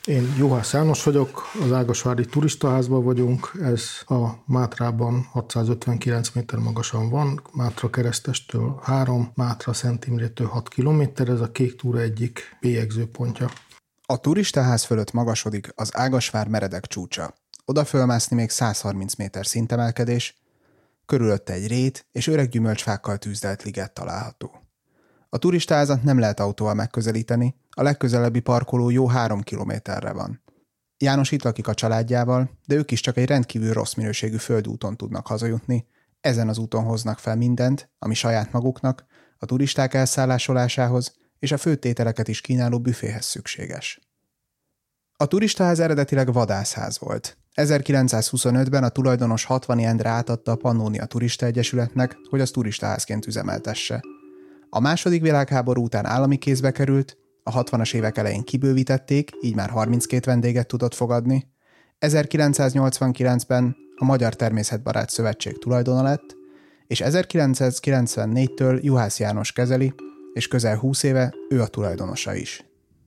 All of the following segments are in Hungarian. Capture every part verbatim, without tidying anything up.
Én Juhász János vagyok, az Ágasvári turistaházban vagyunk, ez a Mátrában hatszázötvenkilenc méter magasan van, Mátra keresztestől három, Mátra Szent Imrétől hat kilométer, ez a Kék túra egyik bélyegzőpontja. A turistaház fölött magasodik az Ágasvár meredek csúcsa. Oda fölmászni még száz harminc méter szintemelkedés, körülötte egy rét és öreg gyümölcsfákkal tűzdelt liget található. A turistaházat nem lehet autóval megközelíteni, a legközelebbi parkoló jó három kilométerre van. János itt lakik a családjával, de ők is csak egy rendkívül rossz minőségű földúton tudnak hazajutni, ezen az úton hoznak fel mindent, ami saját maguknak, a turisták elszállásolásához és a főtételeket is kínáló büféhez szükséges. A turistaház eredetileg vadászház volt. ezerkilencszázhuszonötben a tulajdonos Hatvani Endre átadta a Pannónia Turista Egyesületnek, hogy az turistaházként üzemeltesse. A második világháború után állami kézbe került, a hatvanas évek elején kibővítették, így már harminckét vendéget tudott fogadni. ezerkilencszáznyolcvankilencben a Magyar Természetbarát Szövetség tulajdona lett, és ezerkilencszázkilencvennégytől Juhász János kezeli, és közel húsz éve ő a tulajdonosa is.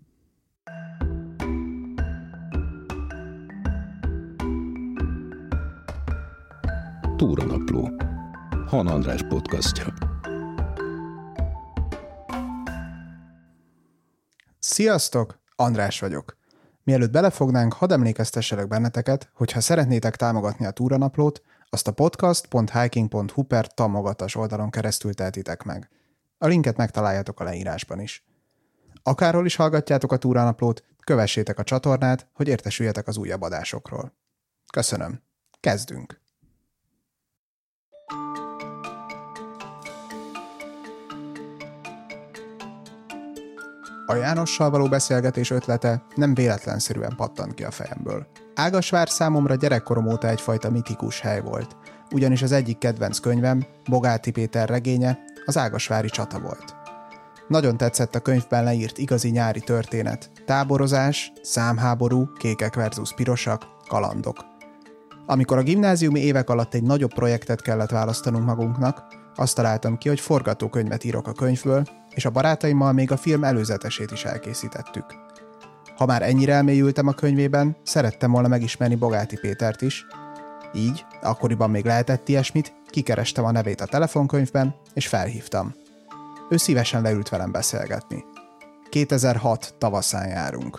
Túranapló. Han András podcastja. Sziasztok! András vagyok. Mielőtt belefognánk, hadd emlékeztesselek benneteket, hogy ha szeretnétek támogatni a Túranaplót, azt a podcast pont hiking pont hu per támogatás oldalon keresztül tehetitek meg. A linket megtaláljátok a leírásban is. Akárhol is hallgatjátok a Túranaplót, kövessétek a csatornát, hogy értesüljetek az újabb adásokról. Köszönöm. Kezdünk! A Jánossal való beszélgetés ötlete nem véletlenszerűen pattant ki a fejemből. Ágasvár számomra gyerekkorom óta egyfajta mitikus hely volt, ugyanis az egyik kedvenc könyvem, Bogáti Péter regénye, az ágasvári csata volt. Nagyon tetszett a könyvben leírt igazi nyári történet, táborozás, számháború, kékek versus pirosak, kalandok. Amikor a gimnáziumi évek alatt egy nagyobb projektet kellett választanunk magunknak, azt találtam ki, hogy forgatókönyvet írok a könyvből, és a barátaimmal még a film előzetesét is elkészítettük. Ha már ennyire elmélyültem a könyvében, szerettem volna megismerni Bogáti Pétert is, így, akkoriban még lehetett ilyesmit, kikerestem a nevét a telefonkönyvben, és felhívtam. Ő szívesen leült velem beszélgetni. kétezer-hat tavaszán járunk.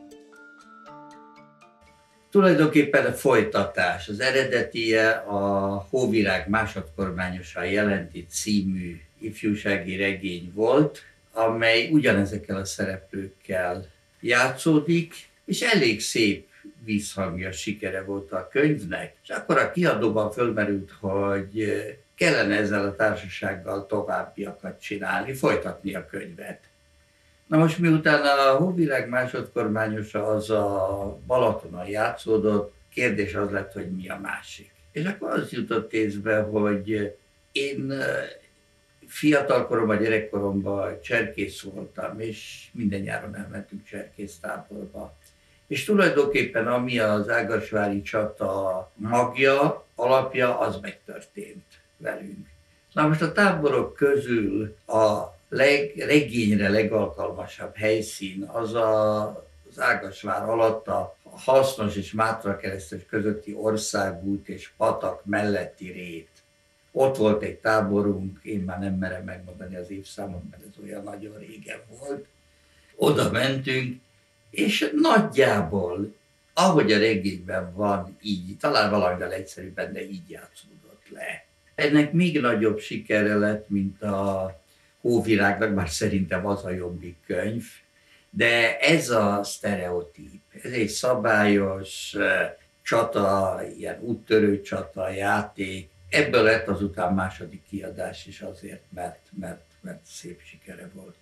Tulajdonképpen a folytatás. Az eredetie a Hóvirág másodkormányosan jelenti című ifjúsági regény volt, amely ugyanezekkel a szereplőkkel játszódik, és elég szép vízhangja, sikere volt a könyvnek. És akkor a kiadóban fölmerült, hogy kellene ezzel a társasággal továbbiakat csinálni, folytatni a könyvet. Na most miután a Hóvirág másodkormányosa az a Balatonon játszódott, kérdés az lett, hogy mi a másik. És akkor az jutott észbe, hogy én fiatalkoromban, gyerekkoromban cserkész voltam, és minden nyáron elmentünk cserkésztáborba. És tulajdonképpen ami az ágasvári csata magja, alapja, az megtörtént velünk. Na most a táborok közül a leg, regényre legalkalmasabb helyszín az a, az Ágasvár alatt a Hasznos és Mátra keresztes közötti országút és patak melletti rét. Ott volt egy táborunk, én már nem merem megmondani az évszámot, mert ez olyan nagyon régen volt. Oda mentünk, és nagyjából, ahogy a regényben van, így, talán valamivel egyszerűbben, de így játszódott le. Ennek még nagyobb sikere lett, mint a Hóvirágnak, bár szerintem az a jobbik könyv, de ez a sztereotíp, ez egy szabályos csata, ilyen úttörő csata, játék. Ebből lett azután második kiadás is azért, mert, mert, mert szép sikere volt.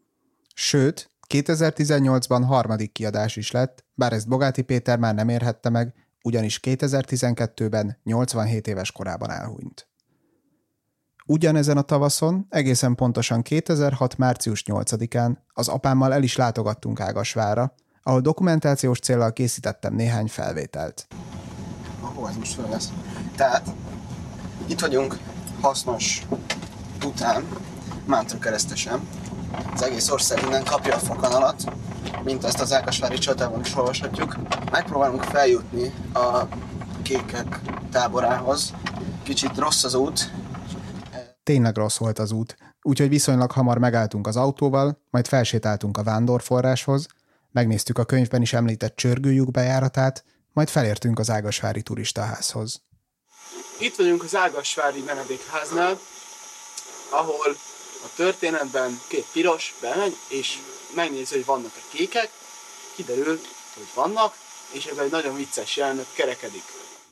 Sőt, kétezer-tizennyolcban harmadik kiadás is lett, bár ezt Bogáti Péter már nem érhette meg, ugyanis kétezer-tizenkettőben nyolcvanhét éves korában elhunyt. Ugyanezen a tavaszon, egészen pontosan kétezer-hat március nyolcadikán az apámmal el is látogattunk Ágasvárra, ahol dokumentációs céllal készítettem néhány felvételt. Ahol ez most fel lesz. Tehát itt vagyunk Hasznos után, Mátra keresztesen, az egész ország innen kapja a foganallat, mint ezt az Ágasvári csatában is olvashatjuk. Megpróbálunk feljutni a kékek táborához. Kicsit rossz az út. Tényleg rossz volt az út, úgyhogy viszonylag hamar megálltunk az autóval, majd felsétáltunk a vándorforráshoz, megnéztük a könyvben is említett csörgőlyuk bejáratát, majd felértünk az ágasvári turistaházhoz. Itt vagyunk az ágasvári menedékháznál, ahol a történetben két piros bemegy, és megnézi, hogy vannak-e kékek, kiderül, hogy vannak, és ebben egy nagyon vicces jelenet kerekedik.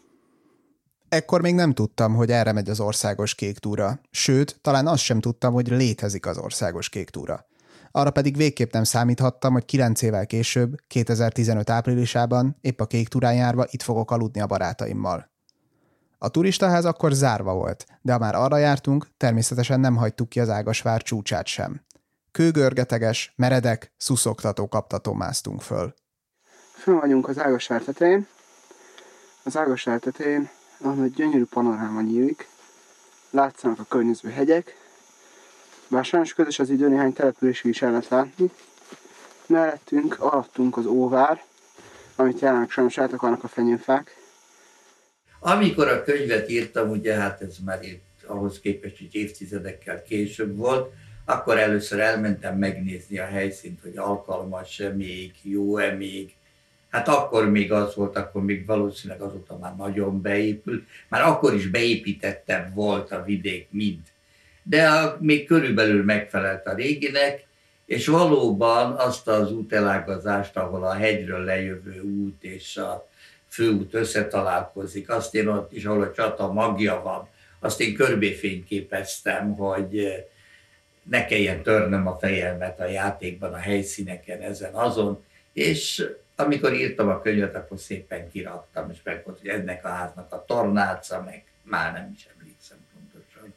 Ekkor még nem tudtam, hogy erre megy az országos kék túra, sőt, talán azt sem tudtam, hogy létezik az országos kék túra. Arra pedig végképp nem számíthattam, hogy kilenc évvel később, kétezer-tizenöt áprilisában, épp a kék túrán járva itt fogok aludni a barátaimmal. A turistaház akkor zárva volt, de ha már arra jártunk, természetesen nem hagytuk ki az Ágasvár csúcsát sem. Kőgörgeteges, meredek, szuszogtató kaptató másztunk föl. Fönn vagyunk az Ágasvár tetején. Az Ágasvár tetején, ahol egy gyönyörű panoráma nyílik, látszanak a környező hegyek, bár sajnos közös az idő, néhány településig is el lehet látni. Mellettünk, alattunk az Óvár, amit jelenleg sajnos át akarnak a fenyőfák. Amikor a könyvet írtam, ugye hát ez már itt ahhoz képest, hogy évtizedekkel később volt, akkor először elmentem megnézni a helyszínt, hogy alkalmas-e még, jó-e még. Hát akkor még az volt, akkor még valószínűleg azóta már nagyon beépült. Már akkor is beépítettebb volt a vidék, mint. De a, még körülbelül megfelelt a réginek, és valóban azt az útelágazást, ahol a hegyről lejövő út és a főút összetalálkozik, azt én ott is, ahol a csata magja van, azt én körbéfényképeztem, hogy ne kelljen törnöm a fejemet a játékban, a helyszíneken, ezen, azon, és amikor írtam a könyvet, akkor szépen kiraktam, és meg volt, hogy ennek a háznak a tornáca, meg már nem is emlékszem pontosan.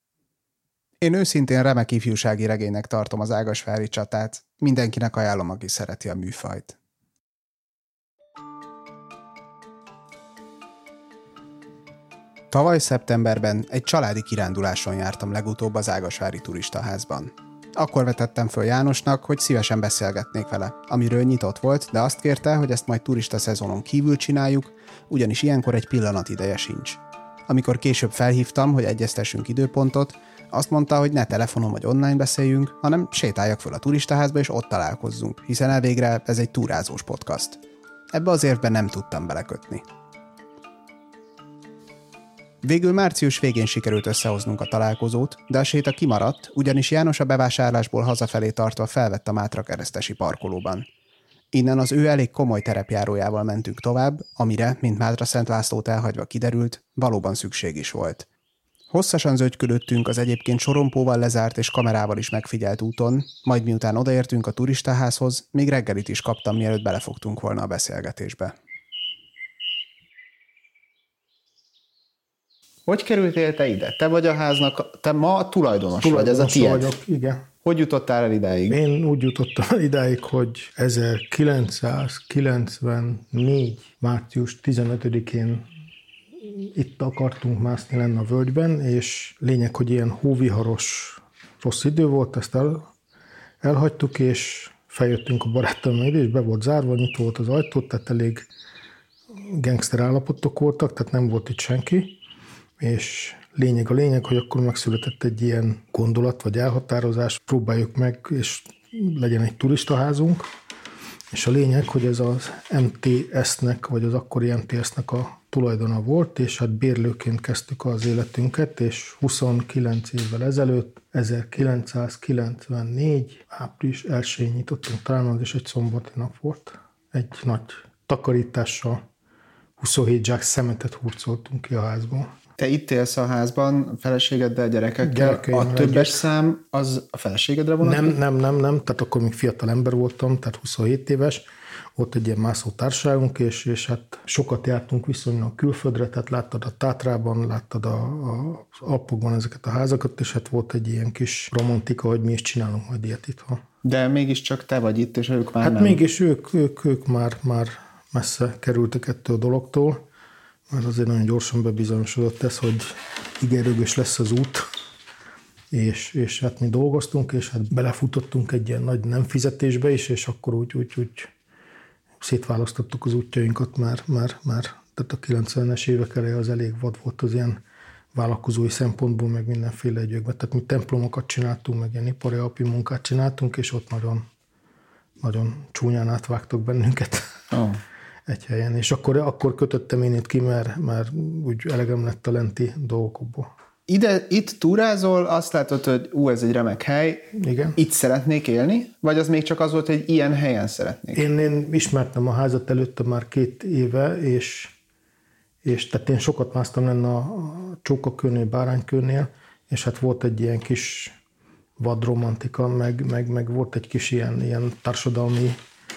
Én őszintén remek ifjúsági regénynek tartom az ágasvári csatát, mindenkinek ajánlom, aki szereti a műfajt. Tavaly szeptemberben egy családi kiránduláson jártam legutóbb az ágasvári turistaházban. Akkor vetettem föl Jánosnak, hogy szívesen beszélgetnék vele, amiről nyitott volt, de azt kérte, hogy ezt majd turista szezonon kívül csináljuk, ugyanis ilyenkor egy pillanat ideje sincs. Amikor később felhívtam, hogy egyeztessünk időpontot, azt mondta, hogy ne telefonon vagy online beszéljünk, hanem sétáljak föl a turistaházba és ott találkozzunk, hiszen elvégre ez egy túrázós podcast. Ebbe az évben nem tudtam belekötni. Végül március végén sikerült összehoznunk a találkozót, de a séta kimaradt, ugyanis János a bevásárlásból hazafelé tartva felvett a Mátra keresztesi parkolóban. Innen az ő elég komoly terepjárójával mentünk tovább, amire, mint Mátra Szent Lászlót elhagyva kiderült, valóban szükség is volt. Hosszasan zögykölöttünk az egyébként sorompóval lezárt és kamerával is megfigyelt úton, majd miután odaértünk a turistaházhoz, még reggelit is kaptam, mielőtt belefogtunk volna a beszélgetésbe. Hogy kerültél te ide? Te vagy a háznak, te ma tulajdonos, tulajdonos vagy, ez a tiéd? Vagyok, igen. Hogy jutottál el idáig? Én úgy jutottam el idáig, hogy ezerkilencszázkilencvennégy. március tizenötödikén itt akartunk mászni lenne a völgyben, és lényeg, hogy ilyen hóviharos rossz idő volt, ezt el, elhagytuk, és feljöttünk a baráttal ide, és be volt zárva, nyitva volt az ajtó, tehát elég gangster állapotok voltak, tehát nem volt itt senki. És lényeg a lényeg, hogy akkor megszületett egy ilyen gondolat, vagy elhatározás, próbáljuk meg, és legyen egy turistaházunk, és a lényeg, hogy ez az em té es-nek, vagy az akkori em té es-nek a tulajdona volt, és hát bérlőként kezdtük az életünket, és huszonkilenc évvel ezelőtt, ezerkilencszázkilencvennégy. április elsején nyitottunk, talán az is egy szombati nap volt, egy nagy takarítással, huszonhét zsák szemetet hurcoltunk ki a házból. Te itt élsz a házban, a feleségeddel, gyerekekkel. Gyerekeim a többes egyes. szám az a feleségedre vonatkozik? Nem, nem, nem, nem, tehát akkor még fiatal ember voltam, tehát huszonhét éves, volt egy ilyen mászó társaságunk, és, és hát sokat jártunk viszonylag külföldre, tehát láttad a Tátrában, láttad a, a, az Alpokban ezeket a házakat, és hát volt egy ilyen kis romantika, hogy mi is csinálunk majd ilyet itthon. De mégiscsak te vagy itt, és ők már hát nem. Hát mégis ők, ők, ők már, már messze kerültek ettől a dologtól, mert azért nagyon gyorsan bebizonyosodott ez, hogy igen rögös lesz az út, és, és hát mi dolgoztunk, és hát belefutottunk egy ilyen nagy nem fizetésbe is, és akkor úgy, úgy, úgy szétválasztottuk az útjainkat már, már, már tehát a kilencvenes évek eleje az elég vad volt az ilyen vállalkozói szempontból, meg mindenféle egyökben. Tehát mi templomokat csináltunk, meg ilyen ipari alpi munkát csináltunk, és ott nagyon, nagyon csúnyán átvágtak bennünket oh. egy helyen. És akkor, akkor kötöttem én itt ki, mert, mert úgy elegem lett a lenti dolgokból. Ide, itt túrázol, azt látod, hogy ú, ez egy remek hely, igen. Itt szeretnék élni? Vagy az még csak az volt, hogy ilyen helyen szeretnék? Én, én ismertem a házat előtte már két éve, és, és tehát én sokat másztam lenne a, a Csókakőnél, Báránykőnél, és hát volt egy ilyen kis vadromantika, meg, meg, meg volt egy kis ilyen, ilyen társadalmi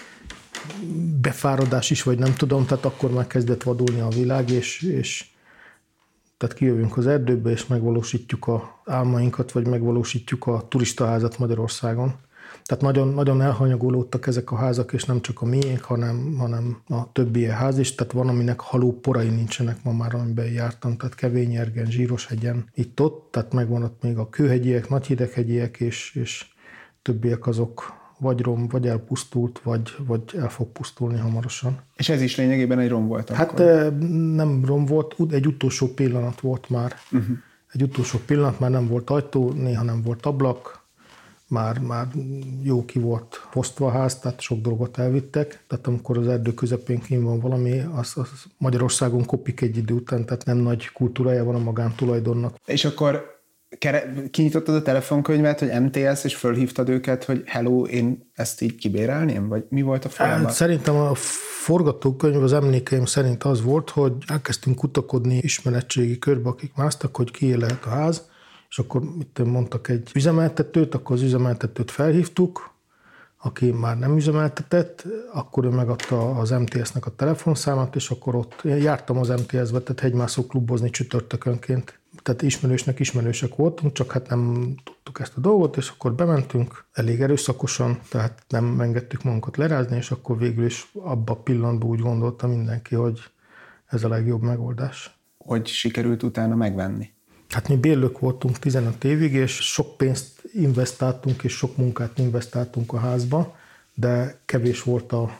befáradás is, vagy nem tudom, tehát akkor már kezdett vadulni a világ, és, és tehát kijövünk az erdőbe, és megvalósítjuk a álmainkat, vagy megvalósítjuk a turistaházat Magyarországon. Tehát nagyon, nagyon elhanyagolódtak ezek a házak, és nem csak a miénk, hanem, hanem a többi ilyen ház is. Tehát van, aminek haló porai nincsenek ma már, amiben jártam. Tehát Kevényergen, Zsíroshegyen, itt-ott. Tehát megvan ott még a Kőhegyiek, Nagyhideghegyiek, és, és többiek azok vagy rom, vagy elpusztult, vagy, vagy el fog pusztulni hamarosan. És ez is lényegében egy rom volt hát akkor? Hát nem rom volt, egy utolsó pillanat volt már. Uh-huh. Egy utolsó pillanat, már nem volt ajtó, néha nem volt ablak, már, már jó ki volt fosztva a ház, tehát sok dolgot elvittek. Tehát amikor az erdő közepén kint van valami, az, az Magyarországon kopik egy idő után, tehát nem nagy kultúrája van a magántulajdonnak. És akkor kinyitottad a telefonkönyvet, hogy em té es, és fölhívtad őket, hogy hello, én ezt így kibérelném? Vagy mi volt a folyamat? Hát, szerintem a forgatókönyv az emlékeim szerint az volt, hogy elkezdtünk kutakodni ismeretségi körbe, akik másztak, hogy ki lehet a ház, és akkor mit mondtak egy üzemeltetőt, akkor az üzemeltetőt felhívtuk, aki már nem üzemeltetett, akkor ő megadta az em té es-nek a telefonszámát, és akkor ott én jártam az em té es-be, tehát hegymászó klubozni csütörtökönként. Tehát ismerősnek ismerősek voltunk, csak hát nem tudtuk ezt a dolgot, és akkor bementünk elég erőszakosan, tehát nem engedtük magunkat lerázni, és akkor végül is abban a pillanatban úgy gondolta mindenki, hogy ez a legjobb megoldás. Hogy sikerült utána megvenni? Hát mi bérlők voltunk tizenöt évig, és sok pénzt investáltunk, és sok munkát investáltunk a házba, de kevés volt a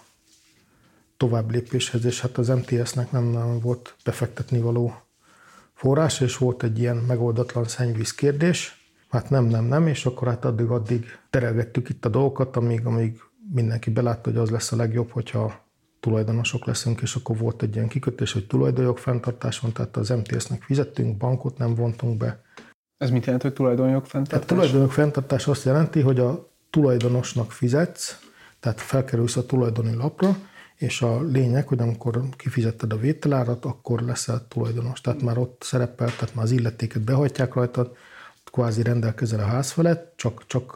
tovább lépéshez, és hát az em té es-nek nem, nem volt befektetni való forrás, és volt egy ilyen megoldatlan szennyvíz kérdés. Hát nem, nem, nem, és akkor hát addig-addig terelgettük itt a dolgokat, amíg, amíg mindenki belátta, hogy az lesz a legjobb, hogyha tulajdonosok leszünk, és akkor volt egy ilyen kikötés, hogy tulajdonjog fenntartás van, tehát az em té es-nek fizettünk, bankot nem vontunk be. Ez mit jelent, hogy tulajdonjog fenntartás? A tulajdonjog fenntartás azt jelenti, hogy a tulajdonosnak fizetsz, tehát felkerülsz a tulajdoni lapra, és a lényeg, hogy amikor kifizetted a vételárat, akkor leszel tulajdonos. Tehát már ott szerepel, tehát már az illetéket behajtják rajtad, kvázi rendelkezel a ház felett, csak, csak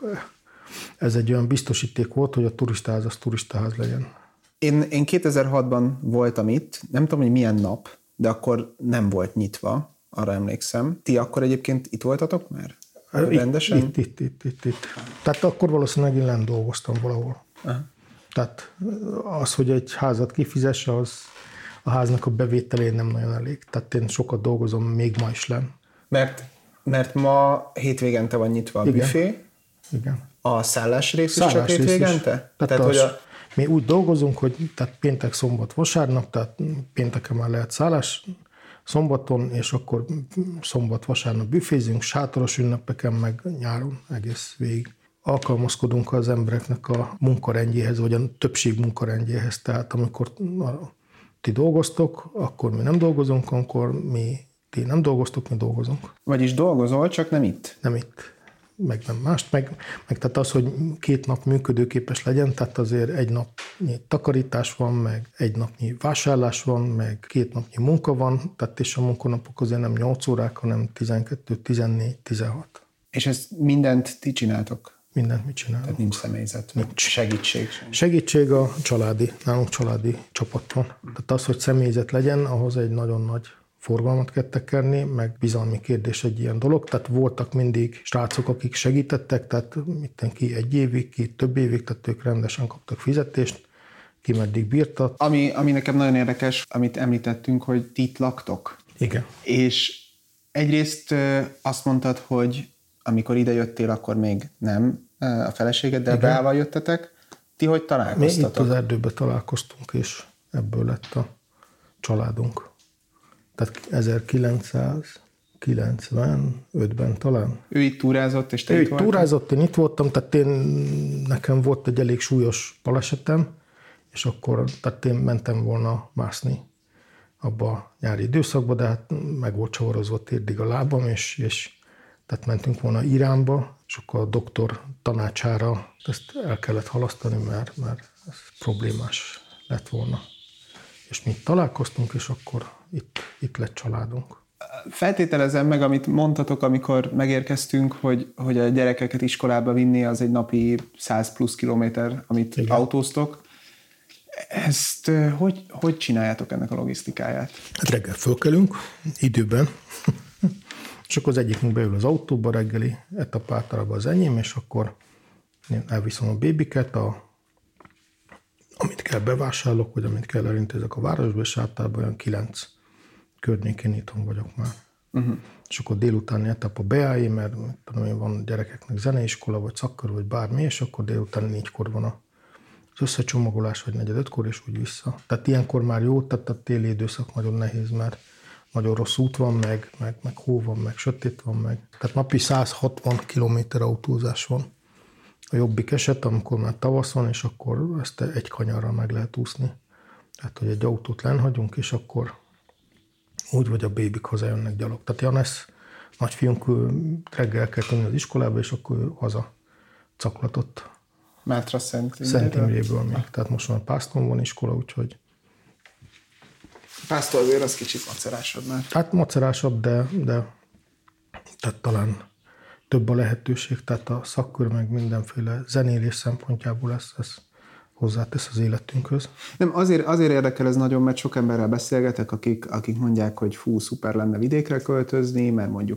ez egy olyan biztosíték volt, hogy a turistaház az turistaház legyen. Én, én kétezer-hatban voltam itt, nem tudom, hogy milyen nap, de akkor nem volt nyitva, arra emlékszem. Ti akkor egyébként itt voltatok már? Rendesen? Itt, itt, itt, itt, itt. Tehát akkor valószínűleg én lent dolgoztam valahol. Aha. Tehát az, hogy egy házat kifizesse, az a háznak a bevételén nem nagyon elég. Tehát én sokat dolgozom még ma is lenn. Mert, mert ma hétvégente van nyitva a büfé. Igen. A szállás rész is csak hétvégente? Tehát, tehát az, hogy a... mi úgy dolgozunk, hogy tehát péntek, szombat, vasárnap, tehát pénteken már lehet szállás, szombaton, és akkor szombat, vasárnap büfézünk, sátoros ünnepeken, meg nyáron egész végig. Alkalmazkodunk az embereknek a munkarendjéhez, vagy a többség munkarendjéhez. Tehát amikor ti dolgoztok, akkor mi nem dolgozunk, akkor mi ti nem dolgoztok, mi dolgozunk. Vagyis dolgozol, csak nem itt? Nem itt. Meg nem mást. Meg, meg tehát az, hogy két nap működőképes legyen, tehát azért egy napnyi takarítás van, meg egy napnyi vásárlás van, meg két napnyi munka van, tehát és a munkanapok azért nem nyolc órák, hanem tizenkettő, tizennégy, tizenhat. És ezt mindent ti csináltok? Mindent mit csinálunk. Tehát nincs személyzet, nincs segítség. Segítség a családi, nálunk családi csapat van. Tehát az, hogy személyzet legyen, ahhoz egy nagyon nagy forgalmat kell tekerni, meg bizalmi kérdés egy ilyen dolog. Tehát voltak mindig srácok, akik segítettek, tehát mitten ki egy évig, ki több évig, tehát ők rendesen kaptak fizetést, ki meddig bírtak. Ami, ami nekem nagyon érdekes, amit említettünk, hogy ti itt laktok. Igen. És egyrészt azt mondtad, hogy amikor ide jöttél, akkor még nem a feleségeddel, Igen. Beával jöttetek. Ti hogy Mi találkoztatok? itt az erdőben találkoztunk, és ebből lett a családunk. Tehát ezerkilencszázkilencvenötben talán. Ő itt túrázott, és te Ő itt itt voltál? túrázott, én itt voltam, tehát én, nekem volt egy elég súlyos balesetem, és akkor tehát én mentem volna mászni abba a nyári időszakba, de hát meg volt csavarozva térdig a lábam, és, és tehát mentünk volna Iránba, és akkor a doktor tanácsára ezt el kellett halasztani, mert, mert ez problémás lett volna. És mi itt találkoztunk, és akkor itt, itt lett családunk. Feltételezem meg, amit mondtatok, amikor megérkeztünk, hogy, hogy a gyerekeket iskolába vinni, az egy napi száz plusz kilométer, amit Igen. autóztok. Ezt hogy, hogy csináljátok ennek a logisztikáját? Hát reggel fölkelünk, időben, és akkor az egyikünk beül az autóba reggeli, etap általában az enyém, és akkor én elviszem a bébiket, a, amit kell bevásárolok, vagy amit kell elintézek a városba, és általában olyan kilenc környékén itthon vagyok már. Uh-huh. És akkor délutáni etap a beállé, mert tudom én, van gyerekeknek zeneiskola, vagy szakkör, vagy bármi, és akkor délután négykor van a az összecsomagolás, vagy negyed ötkor, és úgy vissza. Tehát ilyenkor már jó, tehát a téli időszak nagyon nehéz, mert nagyon rossz út van, meg, meg, meg hó van, meg sötét van, meg. Tehát napi száz hatvan kilométer autózás van. A jobbik eset, amikor már tavasz van, és akkor ezt egy kanyarral meg lehet úszni. Tehát, hogy egy autót lenhagyunk, és akkor úgy, vagy a bébik hazajönnek gyalog. Tehát Janesz, nagyfiunk reggel kell tenni az iskolába, és akkor ő haza caklatott. Mátra Szent Szent Imréből még. Tehát most már Pászton van iskola, úgyhogy... Pásztor azért az kicsit macerásabb már. Hát macerásabb, de, de tehát talán több a lehetőség, tehát a szakkör meg mindenféle zenélés szempontjából ez, ez hozzátesz az életünkhöz. Nem, azért, azért érdekel ez nagyon, mert sok emberrel beszélgetek, akik, akik mondják, hogy fú, szuper lenne vidékre költözni, mert mondjuk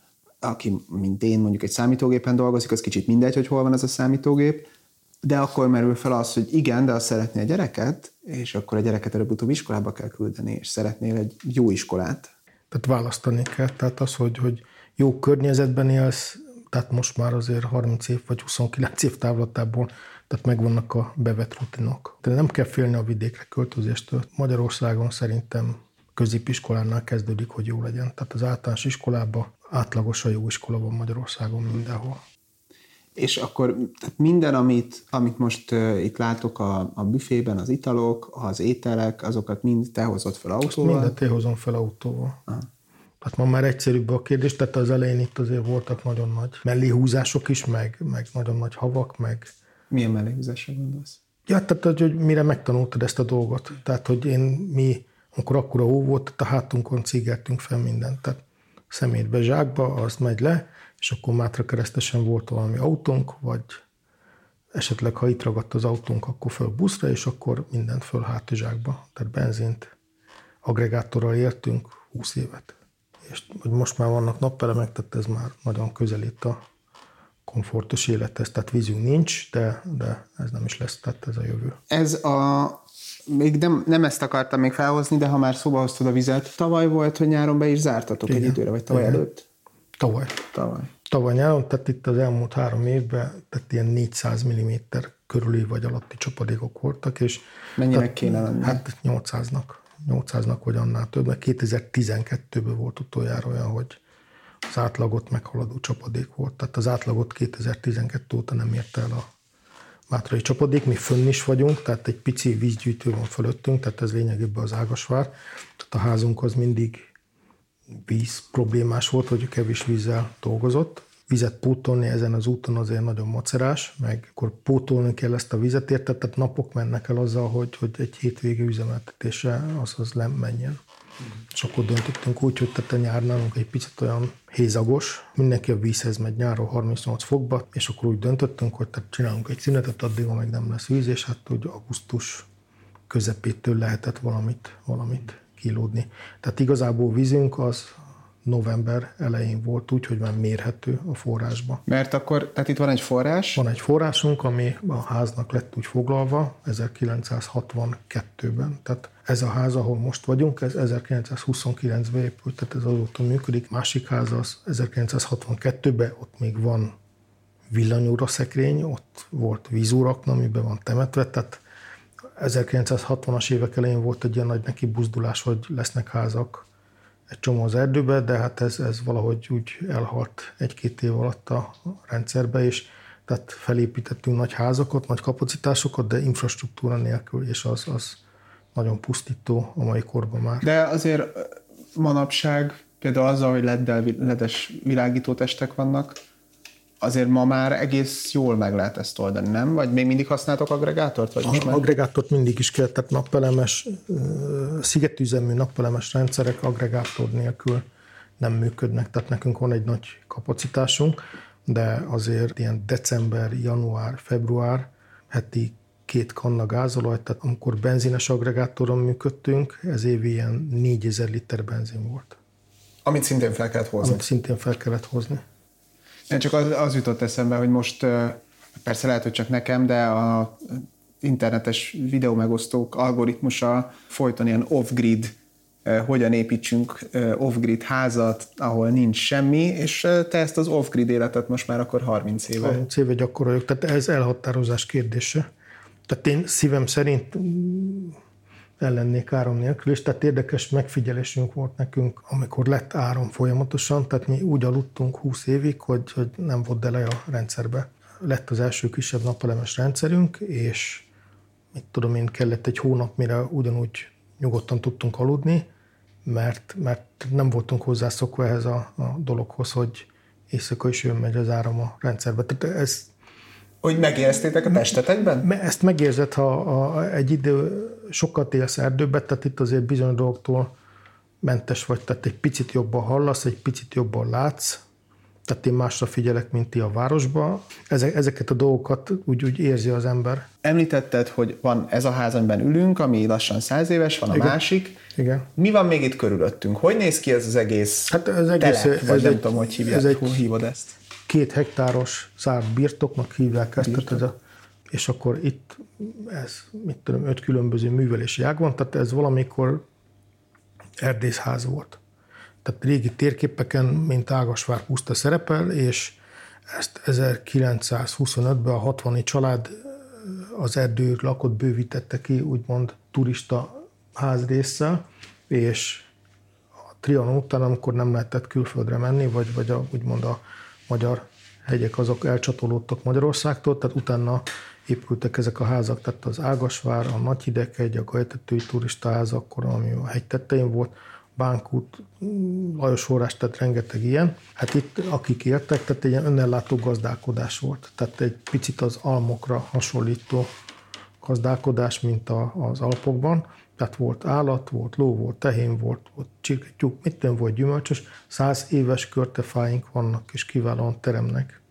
aki, mint én, mondjuk egy számítógépen dolgozik, az kicsit mindegy, hogy hol van ez a számítógép, de akkor merül fel az, hogy igen, de azt szeretné a gyereket, és akkor a gyereket előbb-utóbb iskolába kell küldeni, és szeretnél egy jó iskolát. Tehát választani kell, tehát az, hogy, hogy jó környezetben élsz, tehát most már azért harminc év vagy huszonkilenc év távlatából, tehát megvannak a bevett rutinok. De nem kell félni a vidékre költözéstől. Magyarországon szerintem középiskolánál kezdődik, hogy jó legyen. Tehát az általános iskolában átlagosan jó iskola van Magyarországon mindenhol. És akkor tehát minden, amit, amit most uh, itt látok a, a büfében, az italok, az ételek, azokat mind te hozott fel autóval? Mindent én hozom fel autóval. Aha. Tehát ma már egyszerűbb a kérdés, tehát az elején itt azért voltak nagyon nagy melléhúzások is, meg, meg nagyon nagy havak, meg... Milyen melléhúzásra gondolsz? Ja, tehát hogy mire megtanultad ezt a dolgot. Tehát, hogy én, mi, amikor akkora hó volt, tehát a hátunkon cígertünk fel mindent. Tehát szemétbe, zsákba, az megy le, és akkor Mátra keresztesen volt valami autónk, vagy esetleg, ha itt ragadt az autónk, akkor föl buszra, és akkor mindent föl hátizsákba. Tehát benzint, agregátorral értünk húsz évet. És hogy most már vannak napelemek, tehát ez már nagyon közelít a komfortos élethez. Tehát vízünk nincs, de, de ez nem is lesz, tehát ez a jövő. Ez a... Még nem, nem ezt akartam még felhozni, de ha már szóba hoztad a vizet, tavaly volt, hogy nyáron be is zártatok Igen. egy időre, vagy tavaly Igen. előtt? Tavaly. Tavaly. Tavaly nyáron, tehát itt az elmúlt három évben, tehát ilyen négyszáz milliméter körüli vagy alatti csapadékok voltak, és... Mennyinek tehát, kéne lenni? Hát nyolcszáznak. nyolcszáznak vagy annál több, mert kétezer-tizenkettőben volt utoljára olyan, hogy az átlagot meghaladó csapadék volt. Tehát az átlagot kétezer-tizenkettő óta nem ért el a mátrai csapadék. Mi fönn is vagyunk, tehát egy pici vízgyűjtő van fölöttünk, tehát ez lényegében az Ágasvár. Tehát a házunk az mindig víz problémás volt, hogy kevés vízzel dolgozott. Vizet pótolni ezen az úton azért nagyon macerás, meg akkor pótolni kell ezt a vizet, érted? Tehát napok mennek el azzal, hogy, hogy egy hétvége üzemeltetése az, az nem menjen. Mm. És akkor döntöttünk úgy, hogy tehát a nyár nálunk egy picit olyan hézagos, mindenki a vízhez megy nyáron harmincnyolc fokba, és akkor úgy döntöttünk, hogy tehát csinálunk egy szünetet, addig, amíg nem lesz víz, és hát úgy augusztus közepétől lehetett valamit, valamit kilódni. Tehát igazából vízünk az november elején volt úgy, hogy már mérhető a forrásba. Mert akkor, tehát itt van egy forrás? Van egy forrásunk, ami a háznak lett úgy foglalva ezerkilencszázhatvankettőben. Tehát ez a ház, ahol most vagyunk, ez ezerkilencszázhuszonkilencben épült, tehát ez azóta működik. Másik ház az ezerkilencszázhatvankettőben, ott még van villanyóra szekrény, ott volt vízúrakna, amiben van temetve, tehát ezerkilencszázhatvanas évek elején volt egy ilyen nagy neki buzdulás, hogy lesznek házak egy csomó az erdőbe, de hát ez, ez valahogy úgy elhalt egy-két év alatt a rendszerbe, és tehát felépítettünk nagy házakat, nagy kapacitásokat, de infrastruktúra nélkül, és az, az nagyon pusztító a mai korban már. De azért manapság, például azzal, hogy leddel, ledes világítótestek vannak, azért ma már egész jól meg lehet ezt oldani, nem? Vagy még mindig használtok aggregátort? Vagy most a már? Aggregátort mindig is kell, tehát napelemes, szigetüzemű napelemes rendszerek aggregátor nélkül nem működnek, tehát nekünk van egy nagy kapacitásunk, de azért ilyen december, január, február heti két kanna gázolaj, tehát amikor benzines aggregátoron működtünk, ez évi ilyen négyezer liter benzin volt. Amit szintén fel kellett hozni. Amit szintén fel kellett hozni. Én csak az, az jutott eszembe, hogy most persze lehet, hogy csak nekem, de a internetes videómegosztók algoritmusa folyton ilyen off-grid, hogyan építsünk off-grid házat, ahol nincs semmi, és te ezt az off-grid életet most már akkor harminc éve. harminc éve gyakoroljuk, tehát ez elhatározás kérdése. Tehát én szívem szerint ellennék áram nélkül, és tehát érdekes megfigyelésünk volt nekünk, amikor lett áram folyamatosan, tehát mi úgy aludtunk húsz évig, hogy, hogy nem volt delay a rendszerbe. Lett az első kisebb napelemes rendszerünk, és mit tudom én, kellett egy hónap, mire ugyanúgy nyugodtan tudtunk aludni, mert, mert nem voltunk hozzászokva ehhez a, a dologhoz, hogy éjszaka is jön megy az áram a rendszerbe. Tehát ez Hogy megéreztétek a testetekben? Ezt megérzed, ha a, egy idő sokat élsz erdőben, tehát itt azért bizonyos dolgoktól mentes vagy, tehát egy picit jobban hallasz, egy picit jobban látsz, tehát én másra figyelek, mint ti a városban. Ezeket a dolgokat úgy, úgy érzi az ember. Említetted, hogy van ez a ház, amiben ülünk, ami lassan száz éves, van a Igen. másik. Igen. Mi van még itt körülöttünk? Hogy néz ki ez az egész, Hát az egész telep, vagy ez nem egy, tudom, hogy hívják, ez egy hol hívod ezt? Két hektáros zárt birtoknak hívják ezt, tehát ez a, és akkor itt ez, mit tudom, öt különböző művelési ág van, tehát ez valamikor erdészház volt. Tehát régi térképeken, mint Ágasvár puszta szerepel, és ezt ezerkilencszázhuszonötben a hatvani család az erdő lakott bővítette ki, úgymond turista házrésszel, és a Trianon után, amikor nem lehetett külföldre menni, vagy, vagy a, úgymond a magyar hegyek azok elcsatolódtak Magyarországtól, tehát utána épültek ezek a házak, tehát az Ágasvár, a Nagyhideghegy, a Gajtetői turistaház, akkor ami a hegy tetején volt, Bánkút, Lajos forrás, tehát rengeteg ilyen. Hát itt akik éltek, tehát egy ilyen önellátó gazdálkodás volt. Tehát egy picit az almokra hasonlító gazdálkodás, mint a, az Alpokban. Tehát volt állat, volt ló, volt tehén, volt, volt csirke, tyúk, minden volt gyümölcsös. Száz éves körtefáink vannak, és kiválóan teremnek.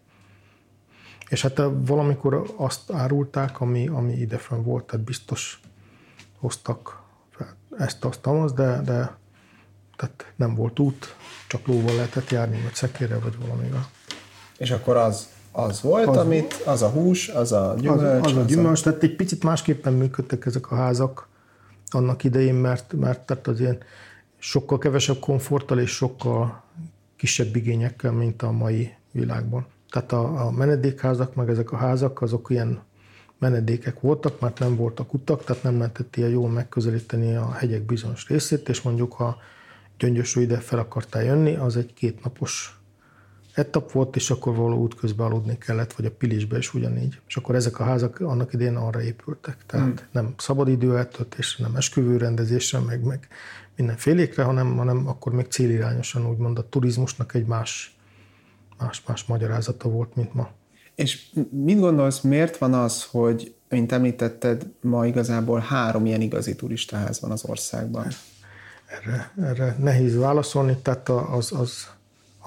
És hát valamikor azt árulták, ami, ami idefönn volt, tehát biztos hoztak ezt, azt, azt, de, de tehát nem volt út, csak lóval lehetett járni, vagy szekérrel, vagy valamivel. És akkor az, az volt, az, amit, az a hús, az a gyümölcs. Az, az a gyümölcs, tehát egy picit másképpen működtek ezek a házak annak idején, mert, mert tehát az ilyen sokkal kevesebb komforttal és sokkal kisebb igényekkel, mint a mai világban. Tehát a, a menedékházak, meg ezek a házak, azok ilyen menedékek voltak, mert nem voltak utak, tehát nem lehetett ilyen jól megközelíteni a hegyek bizonyos részét, és mondjuk, ha Gyöngyösről ide fel akartál jönni, az egy kétnapos etap volt, és akkor való útközben aludni kellett, vagy a Pilisbe is ugyanígy. És akkor ezek a házak annak idején arra épültek. Tehát hmm. nem szabadidő eltöltésre, nem esküvőrendezésre, meg, meg mindenfélékre, hanem, hanem akkor még célirányosan úgymond a turizmusnak egy más, más, más magyarázata volt, mint ma. És mit gondolsz, miért van az, hogy, mint említetted, ma igazából három ilyen igazi turistaház van az országban? Erre, erre nehéz válaszolni, tehát az, az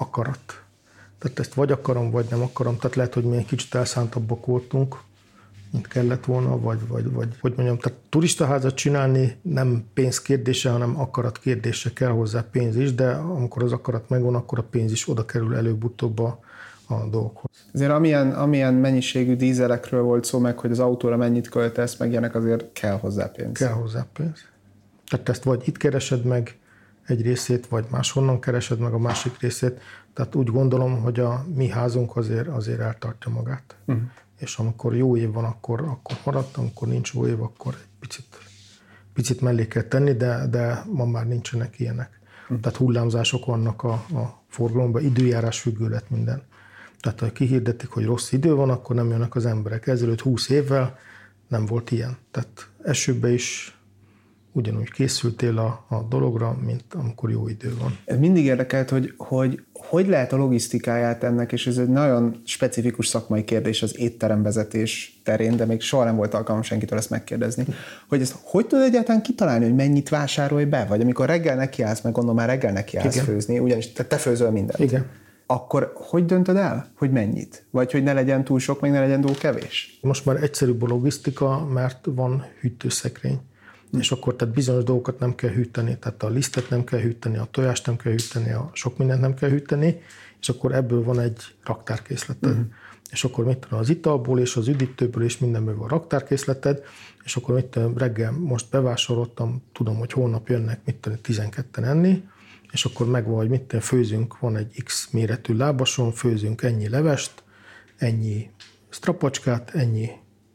akarat. Tehát ezt vagy akarom, vagy nem akarom, tehát lehet, hogy mi egy kicsit elszántabbak voltunk, mint kellett volna, vagy, vagy, vagy hogy mondjam, tehát turistaházat csinálni nem pénz kérdése, hanem akarat kérdése, kell hozzá pénz is, de amikor az akarat megvan, akkor a pénz is oda kerül előbb-utóbb a, a dolgokhoz. Azért amilyen, amilyen mennyiségű dízelekről volt szó, meg hogy az autóra mennyit költesz, meg ilyenek, azért kell hozzá pénz. Kell hozzá pénz. Tehát ezt vagy itt keresed meg egy részét, vagy máshonnan keresed meg a másik részét. Tehát úgy gondolom, hogy a mi házunk azért, azért eltartja magát. Uh-huh. És amikor jó év van, akkor, akkor maradt, amikor nincs jó év, akkor egy picit, picit mellé kell tenni, de, de ma már nincsenek ilyenek. Uh-huh. Tehát hullámzások vannak a, a forgalomban, időjárás függő lett minden. Tehát ha kihirdetik, hogy rossz idő van, akkor nem jönnek az emberek. Ezelőtt húsz évvel nem volt ilyen. Tehát esőbe is ugyanúgy készültél a, a dologra, mint amikor jó idő van. Ez mindig érdekelt, hogy, hogy hogy lehet a logisztikáját ennek, és ez egy nagyon specifikus szakmai kérdés az étteremvezetés terén, de még soha nem volt alkalmam senkitől ezt megkérdezni, hogy ezt hogy tudod egyáltalán kitalálni, hogy mennyit vásárolj be? Vagy amikor reggel nekiállsz, meg gondolom már reggel nekiállsz Igen. főzni, ugyanis te, te főzöl mindent. Igen. Akkor hogy döntöd el, hogy mennyit? Vagy hogy ne legyen túl sok, meg ne legyen túl kevés? Most már egyszerűbb a logisztika, mert van hűtőszekrény. És akkor tehát bizonyos dolgokat nem kell hűteni, tehát a lisztet nem kell hűteni, a tojást nem kell hűteni, a sok mindent nem kell hűteni, és akkor ebből van egy raktárkészleted. Uh-huh. És akkor mit tudom, az italból és az üdítőből és mindenből van raktárkészleted, és akkor mit tudom, reggel most bevásároltam, tudom, hogy holnap jönnek mit tudom, tizenketten enni, és akkor megvan, hogy mit tudom, főzünk, van egy X méretű lábason, főzünk ennyi levest, ennyi strapacskát, ennyi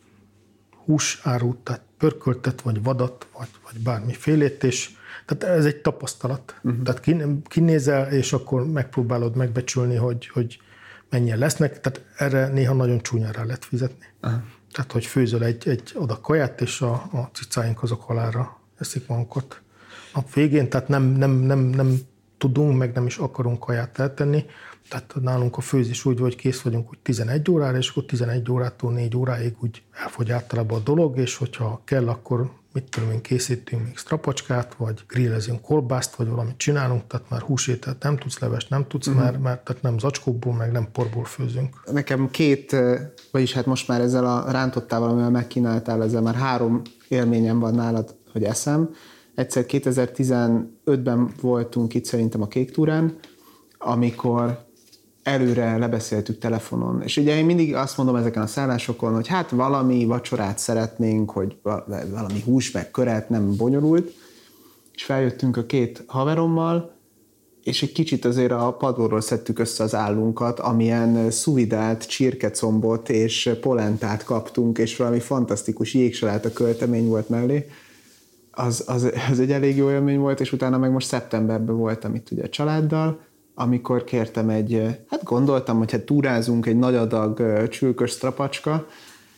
húsárút, tehát pörköltet, vagy vadat, vagy, vagy bármifélét, és tehát ez egy tapasztalat. Uh-huh. Tehát kinézel, és akkor megpróbálod megbecsülni, hogy, hogy mennyien lesznek, tehát erre néha nagyon csúnyán rá lehet fizetni. Uh-huh. Tehát, hogy főzöl egy, egy adag kaját, és a, a cicáink azok halára eszik magunkat nap végén, tehát nem, nem, nem, nem tudunk, meg nem is akarunk kaját eltenni. Tehát nálunk a főzés úgy, hogy kész vagyunk úgy tizenegy órára, és akkor tizenegy órától négy óráig úgy elfogy általában a dolog, és hogyha kell, akkor mit tudom én, készítünk még strapacskát, vagy grillezünk kolbászt, vagy valamit csinálunk, tehát már húsételt nem tudsz, levest nem tudsz, uh-huh. mert, mert tehát nem zacskóból, meg nem porból főzünk. Nekem két, vagyis hát most már ezzel a rántottával, amivel megkínáltál, ezzel már három élményem van nálad, hogy eszem. Egyszer kétezer-tizenötben voltunk itt szerintem a Kék Túrán, amikor előre lebeszéltük telefonon. És ugye én mindig azt mondom ezeken a szállásokon, hogy hát valami vacsorát szeretnénk, hogy valami hús meg köret, nem bonyolult. És feljöttünk a két haverommal, és egy kicsit azért a padlóról szedtük össze az állunkat, amilyen szuvidált csirkecombot és polentát kaptunk, és valami fantasztikus jégsaláta költemény volt mellé. Az, az, az egy elég jó élmény volt, és utána meg most szeptemberben voltam itt ugye a családdal, amikor kértem egy, hát gondoltam, hogy hát túrázunk, egy nagy adag csülkös strapacska,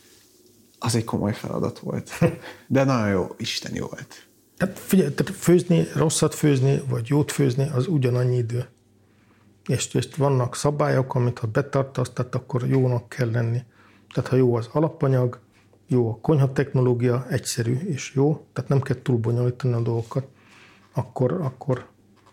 az egy komoly feladat volt. De nagyon jó, Isten jó volt. Hát figyelj, tehát főzni, rosszat főzni, vagy jót főzni, az ugyanannyi idő. És, és vannak szabályok, amit ha betartasz, tehát akkor jónak kell lenni. Tehát ha jó az alapanyag, jó a konyhatechnológia, egyszerű és jó, tehát nem kell túl bonyolítani a dolgokat, akkor, akkor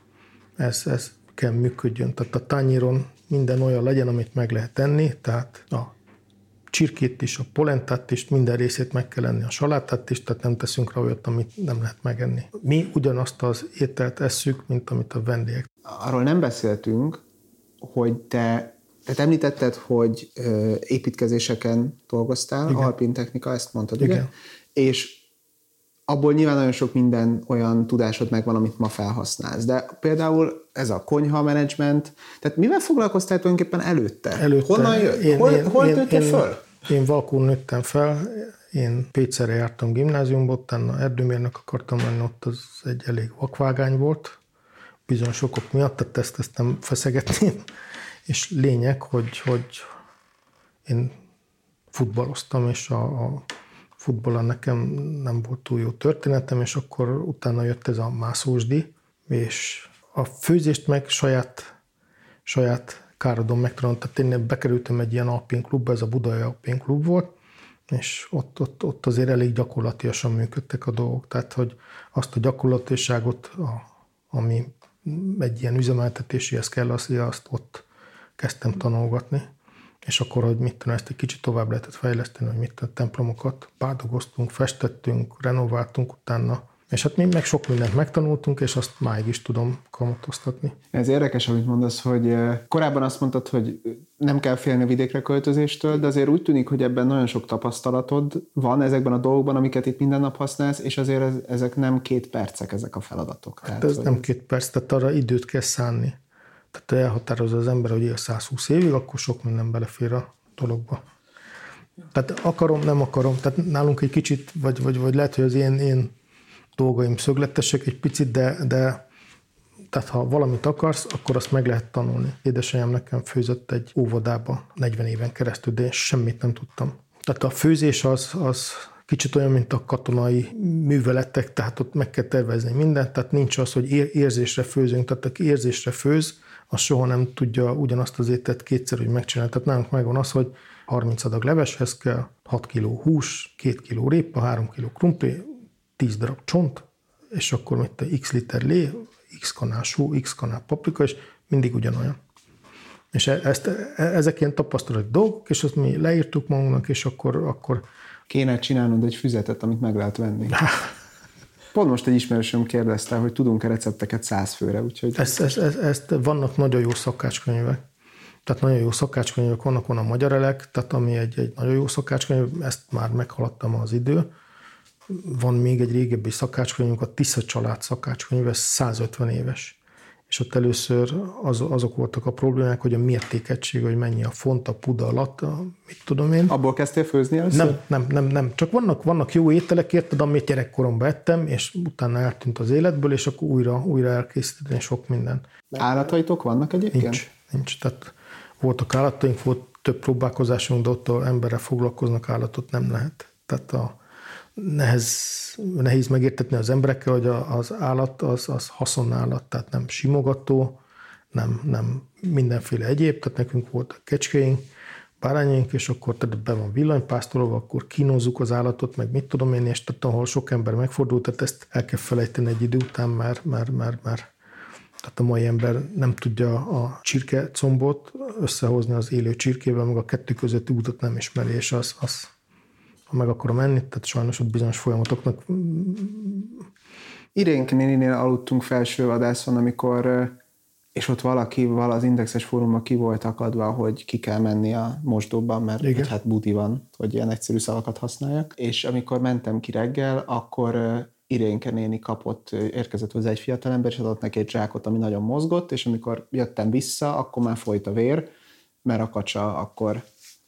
ez, ez kell működjön. Tehát a tányéron minden olyan legyen, amit meg lehet enni, tehát a csirkét is, a polentát is, minden részét meg kell enni, a salátát is, tehát nem teszünk rá olyat, amit nem lehet megenni. Mi ugyanazt az ételt esszük, mint amit a vendégek. Arról nem beszéltünk, hogy te, te említetted, hogy építkezéseken dolgoztál, igen. Alpin technika, ezt mondtad, igen. Ugye? És abból nyilván nagyon sok minden olyan tudásod megvan, amit ma felhasználsz. De például ez a konyha menedzsment, tehát mivel foglalkoztál tulajdonképpen előtte? előtte Honnan jött? Én, hol én, hol nőttél föl? Én Valkón nőttem fel, én Pécserre jártam gimnáziumba, utána erdőmérnök akartam lenni, ott az egy elég vakvágány volt, bizony sokok miatt, tehát ezt, ezt nem feszegetném. És lényeg, hogy, hogy én futballoztam, és a, a futballon nekem nem volt túl jó történetem, és akkor utána jött ez a mászósdi, és a főzést meg saját, saját károdon megtanultam. Tehát én bekerültem egy ilyen alpin klubba, ez a Budai Alpin Klub volt, és ott, ott, ott azért elég gyakorlatiasan működtek a dolgok. Tehát, hogy azt a gyakorlatiságot, a, ami egy ilyen üzemeltetéséhez kell, azt, azt ott kezdtem tanulgatni. és akkor, hogy mit tudom, ezt egy kicsit tovább lehetett fejleszteni, hogy mit tudom, templomokat bádogoztunk, festettünk, renováltunk utána, és hát mi meg sok mindent megtanultunk, és azt máig is tudom kamatoztatni. Ez érdekes, amit mondasz, hogy korábban azt mondtad, hogy nem kell félni a vidékre költözéstől, de azért úgy tűnik, hogy ebben nagyon sok tapasztalatod van ezekben a dolgokban, amiket itt minden nap használsz, és azért ezek nem két percek, ezek a feladatok. Hát ez nem két perc, tehát arra időt kell szánni. Tehát elhatározza az ember, hogy él száz húsz évig, akkor sok minden belefér a dologba. Tehát akarom, nem akarom, tehát nálunk egy kicsit, vagy, vagy, vagy lehet, hogy az én, én dolgaim szögletesek egy picit, de, de tehát ha valamit akarsz, akkor azt meg lehet tanulni. Édesanyám nekem főzött egy óvodába negyven éven keresztül, de én semmit nem tudtam. Tehát a főzés az, az kicsit olyan, mint a katonai műveletek, tehát ott meg kell tervezni mindent, tehát nincs az, hogy érzésre főzünk, tehát aki érzésre főz, az soha nem tudja ugyanazt az ételt kétszer, hogy megcsinálni. Tehát nálunk megvan az, hogy harminc adag leveshez kell hat kiló hús, két kiló répa, három kiló krumpli, tíz darab csont, és akkor mit te x liter lé, x kanál só, x kanál paprika, és mindig ugyanolyan. És ezt, ezek ilyen tapasztalat dolgok, és azt mi leírtuk magunknak, és akkor, akkor kéne csinálnod egy füzetet, amit meg lehet venni. Pont most egy ismerősöm kérdezte, hogy tudunk-e recepteket száz főre, úgyhogy... Ezt, ezt, ezt, ezt vannak nagyon jó szakácskönyvek. Tehát nagyon jó szakácskönyvek vannak, van a Magyar Elek, tehát ami egy, egy nagyon jó szakácskönyv, ezt már meghaladtam az idő. Van még egy régebbi szakácskönyvünk, a Tisza család szakácskönyv, ez száz ötven éves. És ott először az, azok voltak a problémák, hogy a mértékegység, hogy mennyi a font, a puda alatt, a, mit tudom én. Abból kezdtél főzni először? Nem, nem, nem, nem. Csak vannak, vannak jó ételek, érted, amit gyerekkoromban ettem, és utána eltűnt az életből, és akkor újra, újra elkészíteni sok minden. Állataitok vannak egyébként? Nincs, nincs. Tehát voltak állataink, volt több próbálkozásunk, de ott emberrel foglalkoznak, állatot nem lehet. Tehát a nehez, nehéz megértetni az emberekkel, hogy az állat az, az haszonállat, tehát nem simogató, nem, nem mindenféle egyéb, tehát nekünk voltak kecskeink, bárányaink, és akkor tehát be van villanypásztorolva, akkor kínozzuk az állatot, meg mit tudom én, és tehát ahol sok ember megfordult, tehát ezt el kell felejteni egy idő után, mert, mert, mert, mert tehát a mai ember nem tudja a csirkecombot összehozni az élő csirkével, meg a kettő közötti útot nem ismeri, és az, az ha meg akarom menni, tehát sajnos ott bizonyos folyamatoknak. Irénk néninél aludtunk felső vadászon, amikor, és ott valakival az Indexes fórumban ki volt akadva, hogy ki kell menni a mosdóban, mert hogy hát budi van, hogy ilyen egyszerű szavakat használjak. És amikor mentem ki reggel, akkor Irénke néni kapott, érkezett hozzá egy fiatalember, és adott neki egy zsákot, ami nagyon mozgott, és amikor jöttem vissza, akkor már folyt a vér, mert a kacsa akkor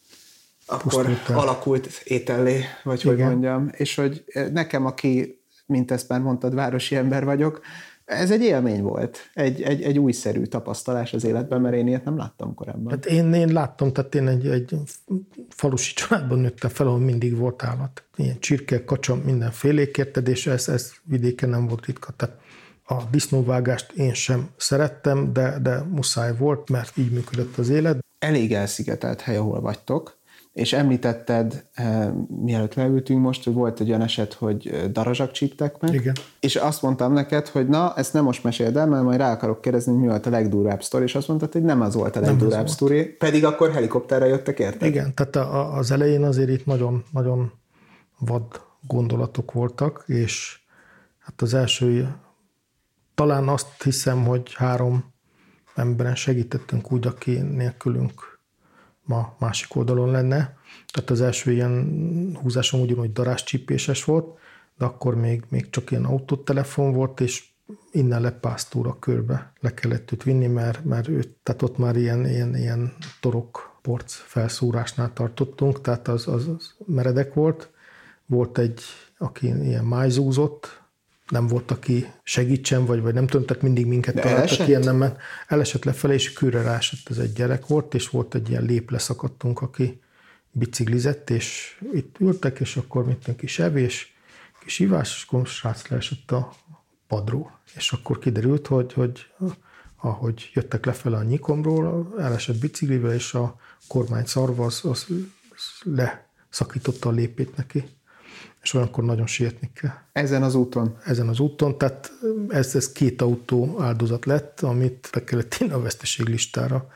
akkor pusztultál. Alakult étellé, vagy igen. Hogy mondjam. És hogy nekem, aki, mint ezt már mondtad, városi ember vagyok, ez egy élmény volt, egy, egy, egy újszerű tapasztalás az életben, mert én ilyet nem láttam korábban. Hát én, én láttam, tehát én egy, egy falusi családban nőttem fel, ahol mindig volt állat. Ilyen csirke, kacsa, mindenfélék, érted, és ez, ez vidéken nem volt ritka. Tehát a disznóvágást én sem szerettem, de, de muszáj volt, mert így működött az élet. Elég elszigetelt hely, ahol vagytok, és említetted, eh, mielőtt leültünk most, hogy volt egy olyan eset, hogy darazsak csíptek meg. Igen. És azt mondtam neked, hogy na, ezt nem most meséld el, mert majd rá akarok kérdezni, hogy mi volt a legdurvább sztori, és azt mondtad, hogy nem az volt a legdurvább sztori, pedig akkor helikopterre jöttek, érted? Igen, tehát a, az elején azért itt nagyon, nagyon vad gondolatok voltak, és hát az első, talán azt hiszem, hogy három emberen segítettünk úgy, aki nélkülünk ma másik oldalon lenne. Tehát az első ilyen húzásom ugyanúgy darázscsípéses volt, de akkor még, még csak ilyen autótelefon volt, és innen lepásztóra körbe le kellett őt vinni, mert, mert őt, tehát ott már ilyen, ilyen, ilyen torok porc felszúrásnál tartottunk, tehát az, az, az meredek volt. Volt egy, aki ilyen májzúzott, nem volt, aki segítsen, vagy, vagy nem tudom, tehát mindig minket de találtak elesett? ilyen nem, elesett lefelé, és kőre rásett, ez egy gyerek volt, és volt egy ilyen lép leszakadtunk, aki biciklizett, és itt ültek, és akkor mit kis evés, kis ivás, és akkor srác leesett a padról. És akkor kiderült, hogy, hogy ahogy jöttek lefele a nyikomról, elesett biciklivel, és a kormány szarva az, az leszakította a lépét neki. És olyankor nagyon sietni kell. Ezen az úton? Ezen az úton, tehát ez, ez két autó áldozat lett, amit be kellett írni a veszteség listára.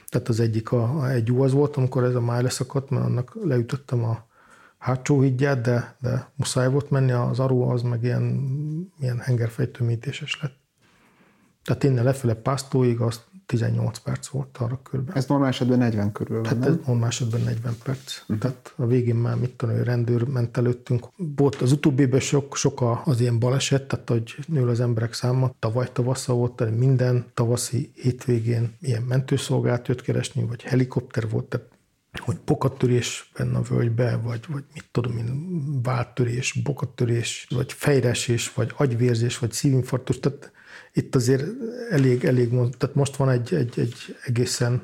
Tehát az egyik a, a egy az volt, amikor ez a máj leszakadt, mert annak leütöttem a hátsó hídját, de, de muszáj volt menni, az Aru az meg ilyen, ilyen hengerfejtőmítéses lett. Tehát innen lefele Pásztóig az tizennyolc perc volt arra körben. Ez normál esetben negyven körül van, Hát ez normál esetben negyven perc. Uh-huh. Tehát a végén már mit tudom, hogy rendőr ment előttünk. Volt az utóbbiben sok, sok az ilyen baleset, tehát hogy nő az emberek száma. Tavaly tavasszal volt, tehát minden tavaszi hétvégén ilyen mentőszolgált jött keresni, vagy helikopter volt, tehát hogy bokattörés benne a völgybe, vagy, vagy mit tudom én, válttörés, bokattörés, vagy fejreesés, vagy agyvérzés, vagy szívinfarktus, tehát itt azért elég, elég, tehát most van egy, egy, egy egészen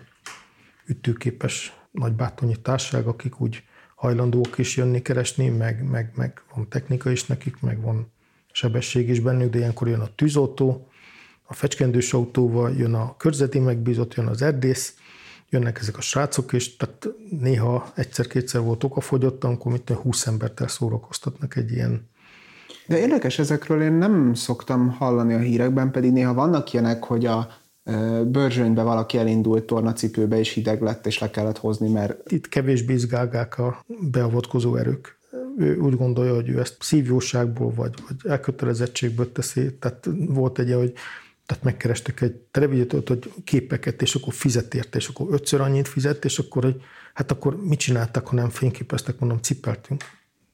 ütőképes nagybátonyi társaság, akik úgy hajlandók is jönni keresni, meg, meg, meg van technika is nekik, meg van sebesség is bennük, de ilyenkor jön a tűzautó, a fecskendős autóval, jön a körzeti megbízott, jön az erdész, jönnek ezek a srácok, és tehát néha egyszer-kétszer volt okafogyott, amikor mit húsz embert elszórakoztatnak egy ilyen. De érdekes, ezekről én nem szoktam hallani a hírekben, pedig néha vannak ilyenek, hogy a Börzsönybe valaki elindult tornacipőbe, és hideg lett, és le kellett hozni, mert... Itt kevésbé izgálgák a beavatkozó erők. Ő úgy gondolja, hogy ő ezt szívjóságból, vagy, vagy elkötelezettségből teszi. Tehát volt egy, hogy tehát megkerestek egy televíziót, hogy képeket, és akkor fizet érte, és akkor ötször annyit fizet, és akkor, hogy hát akkor mit csináltak, ha nem fényképeztek, mondom, cipeltünk.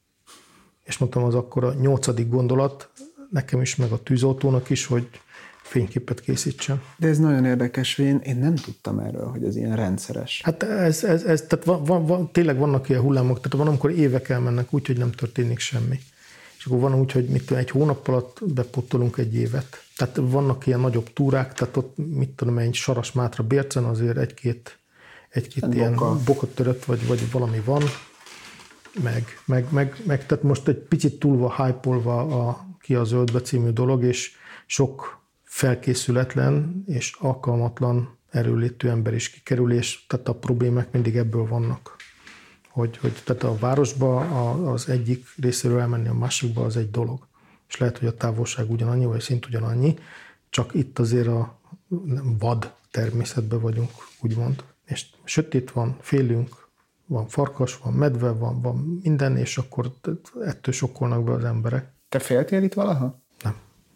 És mondtam, az akkor a nyolcadik gondolat, nekem is, meg a tűzoltónak is, hogy fényképet készítsen. De ez nagyon érdekes, én, én nem tudtam erről, hogy ez ilyen rendszeres. Hát ez, ez, ez tehát van, van, van, tényleg vannak ilyen hullámok, tehát van, amikor évek elmennek úgy, hogy nem történik semmi. És akkor van úgy, hogy mit tudom, egy hónap alatt bepottolunk egy évet. Tehát vannak ilyen nagyobb túrák, tehát ott mit tudom, egy Sarasmátra Bércen azért egy-két, egy-két egy ilyen boka. bokattörött, vagy, vagy valami van. Meg, meg, meg, meg, tehát most egy picit túlva hype-olva a Ki a zöldbe című dolog, és sok felkészületlen és alkalmatlan erőlétű ember is kikerül, és tehát a problémák mindig ebből vannak. Hogy, hogy tehát a városba az egyik részéről elmenni a másikba az egy dolog. És lehet, hogy a távolság ugyanannyi, vagy szint ugyanannyi, csak itt azért a vad természetben vagyunk, úgymond. És sötét van, félünk, van farkas, van medve, van, van minden, és akkor ettől sokkolnak be az emberek. Te féltél itt valaha? Nem.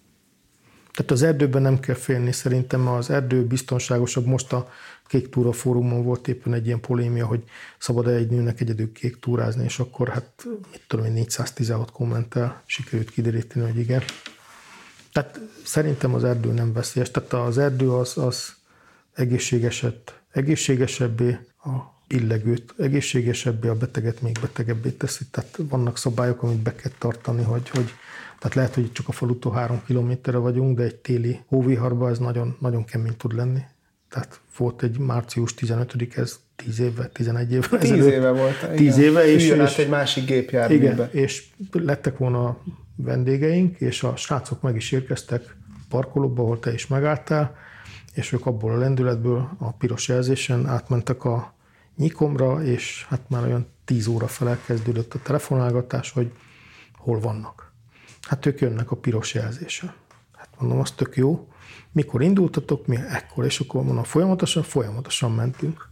Tehát az erdőben nem kell félni, szerintem az erdő biztonságosabb. Most a Kék Túra fórumon volt éppen egy ilyen polémia, hogy szabad-e egy nőnek egyedül kék túrázni, és akkor hát mit tudom én, négyszáztizenhat kommenttel sikerült kideríteni, hogy igen. Tehát szerintem az erdő nem veszélyes. Tehát az erdő az, az egészségesebb, egészségesebbé a illegőt, egészségesebbé a beteget még betegebbé teszi. Tehát vannak szabályok, amit be kell tartani, hogy, hogy tehát lehet, hogy csak a falutól három kilométerre vagyunk, de egy téli hóviharban ez nagyon, nagyon kemény tud lenni. Tehát volt egy március tizenötödike, ez tíz éve, tizenegy éve. Tíz ezelőtt, éve volt. Tíz igen. éve. És, és egy másik gépjárműbe. Igen, és lettek volna vendégeink, és a srácok meg is érkeztek parkolóba, ahol te is megálltál, és ők abból a lendületből a piros jelzésen átmentek a Nyikomra, és hát már olyan tíz óra fele kezdődött a telefonálgatás, hogy hol vannak. Hát ők jönnek a piros jelzéssel. Hát mondom, az tök jó. Mikor indultatok? Mi? Ekkor. És akkor mondom, folyamatosan, folyamatosan mentünk.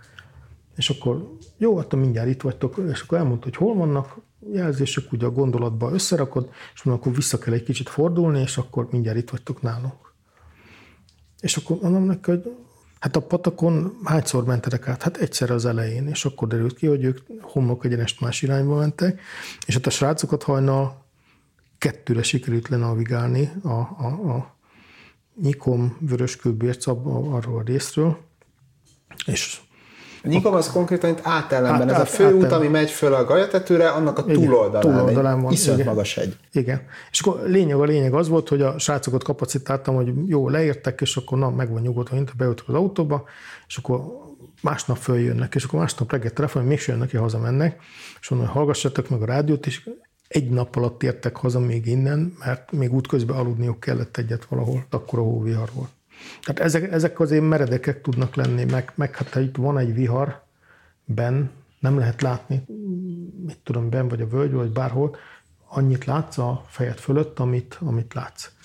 És akkor jó, hát mindjárt itt vagytok, és akkor elmondta, hogy hol vannak jelzések, ugye a gondolatba összerakod, és mondom, akkor vissza kell egy kicsit fordulni, és akkor mindjárt itt vagytok nálunk. És akkor mondom neki, hogy hát a patakon hányszor mentetek át? Hát egyszer az elején, és akkor derült ki, hogy ők homlok egyenest más irányba mentek, és hát a srácokat hajnal kettőre sikerült lenavigálni a, a, a Nyikom, Vöröskő-Bérc arról a részről, és a Nyikom az konkrétan itt átellenben, át, ez át, a főút, átellen. Ami megy föl a Galyatetőre, annak a túloldalán, túloldalán van. Iszonyat magas hegy. Igen. És akkor lényeg a lényeg az volt, hogy a srácokat kapacitáltam, hogy jó, leértek, és akkor na, meg van nyugodva, mint beültök az autóba, és akkor másnap följönnek, és akkor másnap reggel telefon, hogy mégsem jönnek, hazamennek, és mondom, hogy hallgassatok meg a rádiót, és egy nap alatt értek haza még innen, mert még útközben aludniuk kellett egyet valahol, akkor a hóvihar volt. Tehát ezek, ezek azért meredekek tudnak lenni, meg, meg hát ha itt van egy vihar benn, nem lehet látni, mit tudom, benn vagy a völgy, vagy bárhol, annyit látsz a fejed fölött, amit, amit látsz.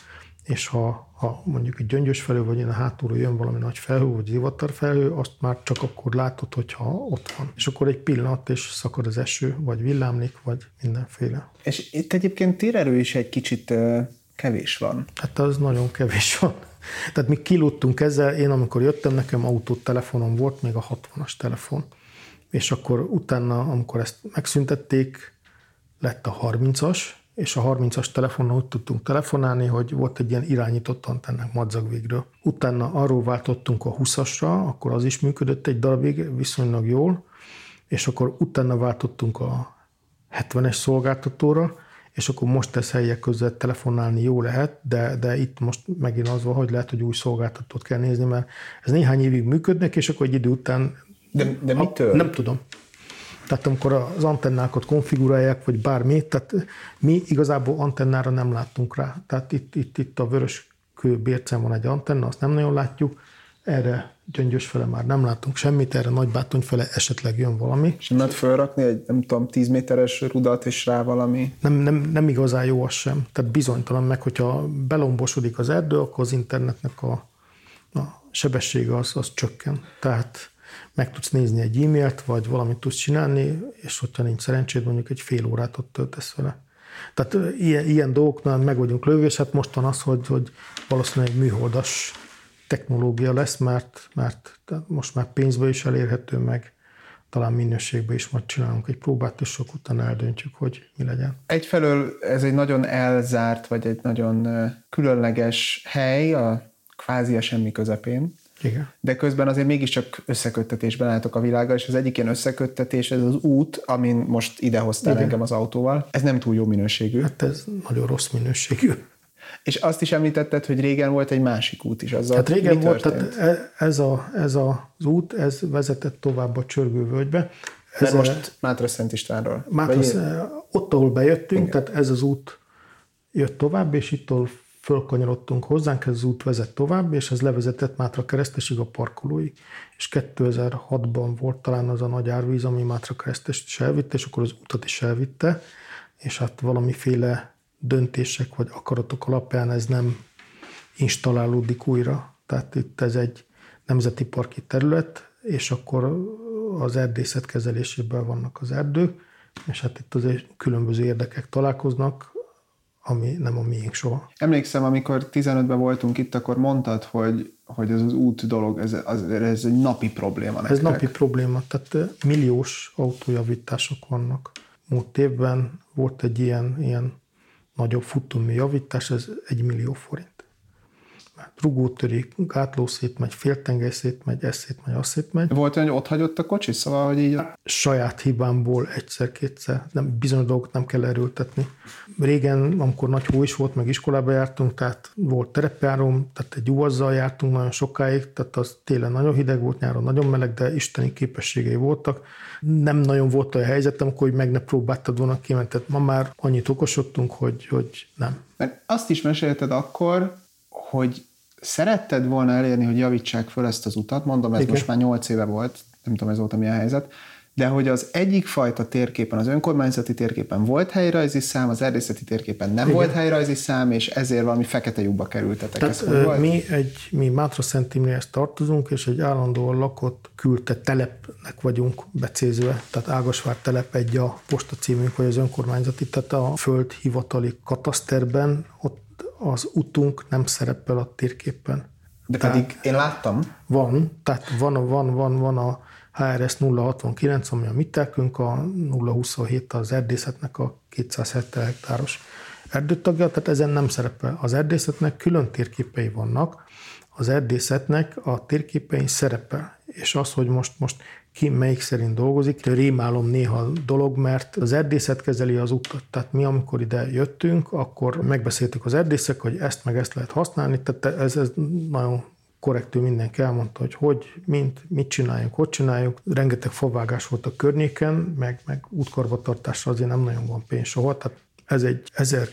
és ha, ha mondjuk egy Gyöngyös felhő, vagy én a hátulról jön valami nagy felhő, vagy zivatar felhő, azt már csak akkor látod, hogyha ott van. És akkor egy pillanat, és szakad az eső, vagy villámlik, vagy mindenféle. És itt egyébként térerő is egy kicsit uh, kevés van. Hát az nagyon kevés van. Tehát mi kilódtunk ezzel, én amikor jöttem, nekem autó telefonom volt, még a hatvanas telefon. És akkor utána, amikor ezt megszüntették, lett a harmincas, és a harmincas telefonon úgy tudtunk telefonálni, hogy volt egy ilyen irányított antennák madzagvégről. Utána arról váltottunk a húszasra, akkor az is működött egy darabig viszonylag jól, és akkor utána váltottunk a hetvenes szolgáltatóra, és akkor most tesz helyek között telefonálni jó lehet, de, de itt most megint az van, hogy lehet, hogy új szolgáltatót kell nézni, mert ez néhány évig működnek, és akkor egy idő után... De, de mitől? Nem tudom. Tehát amikor az antennákat konfigurálják, vagy bármi, tehát mi igazából antennára nem láttunk rá. Tehát itt, itt, itt a Vöröskő Bércen van egy antenna, azt nem nagyon látjuk, erre Gyöngyös fele már nem látunk semmit, erre Nagybátony fele esetleg jön valami. És nem lehet felrakni egy, nem tudom, tíz méteres rudat és rá valami? Nem, nem, nem igazán jó az sem. Tehát bizonytalan meg, hogyha belombosodik az erdő, akkor az internetnek a, a sebessége az, az csökken. Tehát meg tudsz nézni egy e-mailt, vagy valamit tudsz csinálni, és hogyha nincs szerencséd, mondjuk egy fél órát ott töltesz vele. Tehát ilyen, ilyen dolgoknál meg vagyunk lövő, és hát most van az, hogy, hogy valószínűleg egy műholdas technológia lesz, mert, mert most már pénzbe is elérhető, meg talán minőségben is majd csinálunk egy próbát, és sok után eldöntjük, hogy mi legyen. Egyfelől ez egy nagyon elzárt, vagy egy nagyon különleges hely, a kvázi a semmi közepén. Igen. De közben azért mégiscsak összeköttetésben álltok a világgal, és az egyik ilyen összeköttetés, ez az út, amin most idehoztál Igen. engem az autóval, ez nem túl jó minőségű. Hát ez nagyon rossz minőségű. És azt is említetted, hogy régen volt egy másik út is. Azzal hát régen volt, tehát ez, a, ez az út, ez vezetett tovább a Csörgővölgybe. Ez De most Mátra-Szent Istvánról. Mátra, ott, ahol bejöttünk, Igen. tehát ez az út jött tovább, és ittól fölkanyarodtunk hozzánk, ez az út vezet tovább, és ez levezetett Mátra Keresztesig a parkolóig. És kétezer-hatban volt talán az a nagy árvíz, ami Mátra Keresztest is elvitte, és akkor az utat is elvitte, és hát valamiféle döntések vagy akaratok alapján ez nem installálódik újra. Tehát itt ez egy nemzeti parki terület, és akkor az erdészet kezelésében vannak az erdők, és hát itt azért különböző érdekek találkoznak, ami nem a miénk soha. Emlékszem, amikor tizenötben voltunk itt, akkor mondtad, hogy, hogy ez az út dolog, ez, az, ez egy napi probléma nektek. Ez napi probléma, tehát milliós autójavítások vannak. Múlt évben volt egy ilyen, ilyen nagyobb futómű javítás, ez egy millió forint. Mert rugótörik, gátló szétmegy, féltengely szétmegy, ez szétmegy, az szétmegy. Volt olyan, hogy ott hagyott a kocsi, szóval, hogy így... Saját hibámból egyszer-kétszer, nem, bizonyos dolgokat nem kell erőltetni. Régen, amikor nagy hó is volt, meg iskolába jártunk, tehát volt terepjárom, tehát egy uvazzal jártunk nagyon sokáig, tehát az télen nagyon hideg volt, nyáron nagyon meleg, de isteni képességei voltak. Nem nagyon volt olyan helyzetem, akkor hogy meg ne próbáltad volna kimenni. Tehát ma már annyit okosodtunk, hogy, hogy nem. Mert azt is mesélted akkor, hogy szeretted volna elérni, hogy javítsák föl ezt az utat, mondom, ez Igen. most már nyolc éve volt, nem tudom, ez volt a milyen helyzet, de hogy az egyik fajta térképen, az önkormányzati térképen volt helyrajzi szám, az erdészeti térképen nem Igen. volt helyrajzi szám, és ezért valami fekete lyukba kerültetek. Tehát ez mi, egy, mi Mátra-Szent Imréhez tartozunk, és egy állandóan lakott küldte telepnek vagyunk becézve, tehát Ágasvár telep egy a postacímünk, vagy az önkormányzati, tehát a földhivatali kataszterben ott az utunk nem szerepel a térképen. De tehát pedig én láttam. Van, tehát van, van, van, van a há er es nulla hatvankilenc, ami a mi telkünk, a nulla huszonhét az erdészetnek a kétszázhetven hektáros erdőtagja, tehát ezen nem szerepel. Az erdészetnek külön térképei vannak, az erdészetnek a térképein szerepel. És az, hogy most, most ki melyik szerint dolgozik, rémálom néha a dolog, mert az erdészet kezeli az utat. Tehát mi, amikor ide jöttünk, akkor megbeszéltük az erdészek, hogy ezt meg ezt lehet használni, tehát ez, ez nagyon korrektül mindenki elmondta, hogy hogy, mint, mit csináljunk, hogy csináljuk. Rengeteg favágás volt a környéken, meg, meg útkarbantartásra azért nem nagyon van pénz soha, tehát ez egy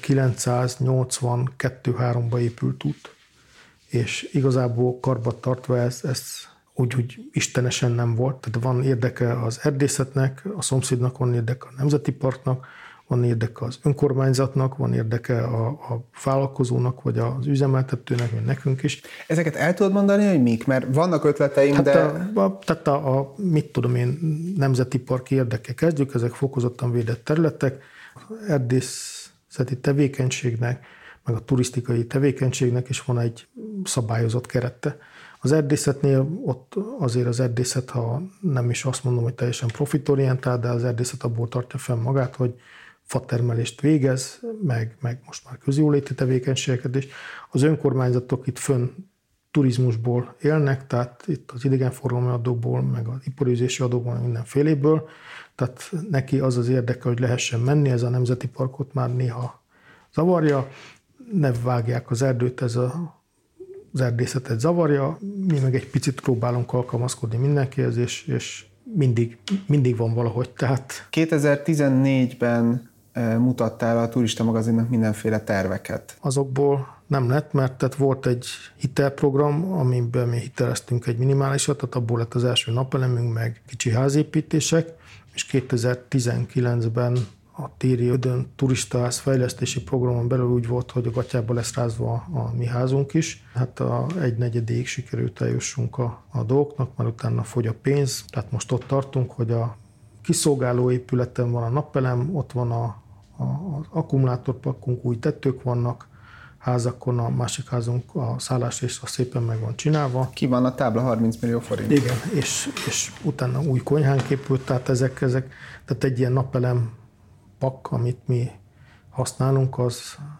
ezerkilencszáznyolcvankettő háromba épült út, és igazából karbantartva ez, ez úgy, hogy istenesen nem volt, tehát van érdeke az erdészetnek, a szomszédnak van érdeke a nemzeti parknak, van érdeke az önkormányzatnak, van érdeke a, a vállalkozónak, vagy az üzemeltetőnek, vagy nekünk is. Ezeket el tudod mondani, hogy mik? Mert vannak ötleteim, hát de... A, a, tehát a, a, mit tudom én, nemzeti parki érdeke kezdjük, ezek fokozottan védett területek, erdészeti tevékenységnek, meg a turisztikai tevékenységnek is van egy szabályozott kerete. Az erdészetnél ott azért az erdészet, ha nem is azt mondom, hogy teljesen profitorientált, de az erdészet abból tartja fenn magát, hogy fatermelést végez, meg, meg most már közjóléti tevékenységeket is. Az önkormányzatok itt fönn turizmusból élnek, tehát itt az idegenforgalmi adóból, meg az iparűzési adóból, mindenféléből. Tehát neki az az érdeke, hogy lehessen menni, ez a nemzeti parkot már néha zavarja, ne vágják az erdőt, ez a az erdészetet zavarja, mi meg egy picit próbálunk alkalmazkodni mindenkihez, és, és mindig, mindig van valahogy. Tehát... kétezer-tizennégyben mutattál a Turista Magazinnak mindenféle terveket. Azokból nem lett, mert tehát volt egy hitelprogram, amiben mi hiteleztünk egy minimálisat, tehát abból lett az első napelemünk, meg kicsi házépítések, és kétezer-tizenkilencben a téri ödön turistaház fejlesztési programon belül úgy volt, hogy a gatyába lesz rázva a mi házunk is. Hát a egy negyedéig sikerült eljussunk a, a dolgoknak, mert utána fogy a pénz. Tehát most ott tartunk, hogy a kiszolgáló épületen van a napelem, ott van a, a, az akkumulátorparkunk, új tetők vannak, házakon a másik házunk, a szállásrészre szépen meg van csinálva. Ki van a tábla, harminc millió forint. Igen, és, és utána új konyhánk épült, tehát ezek, ezek, tehát egy ilyen napelem pak, amit mi használunk, az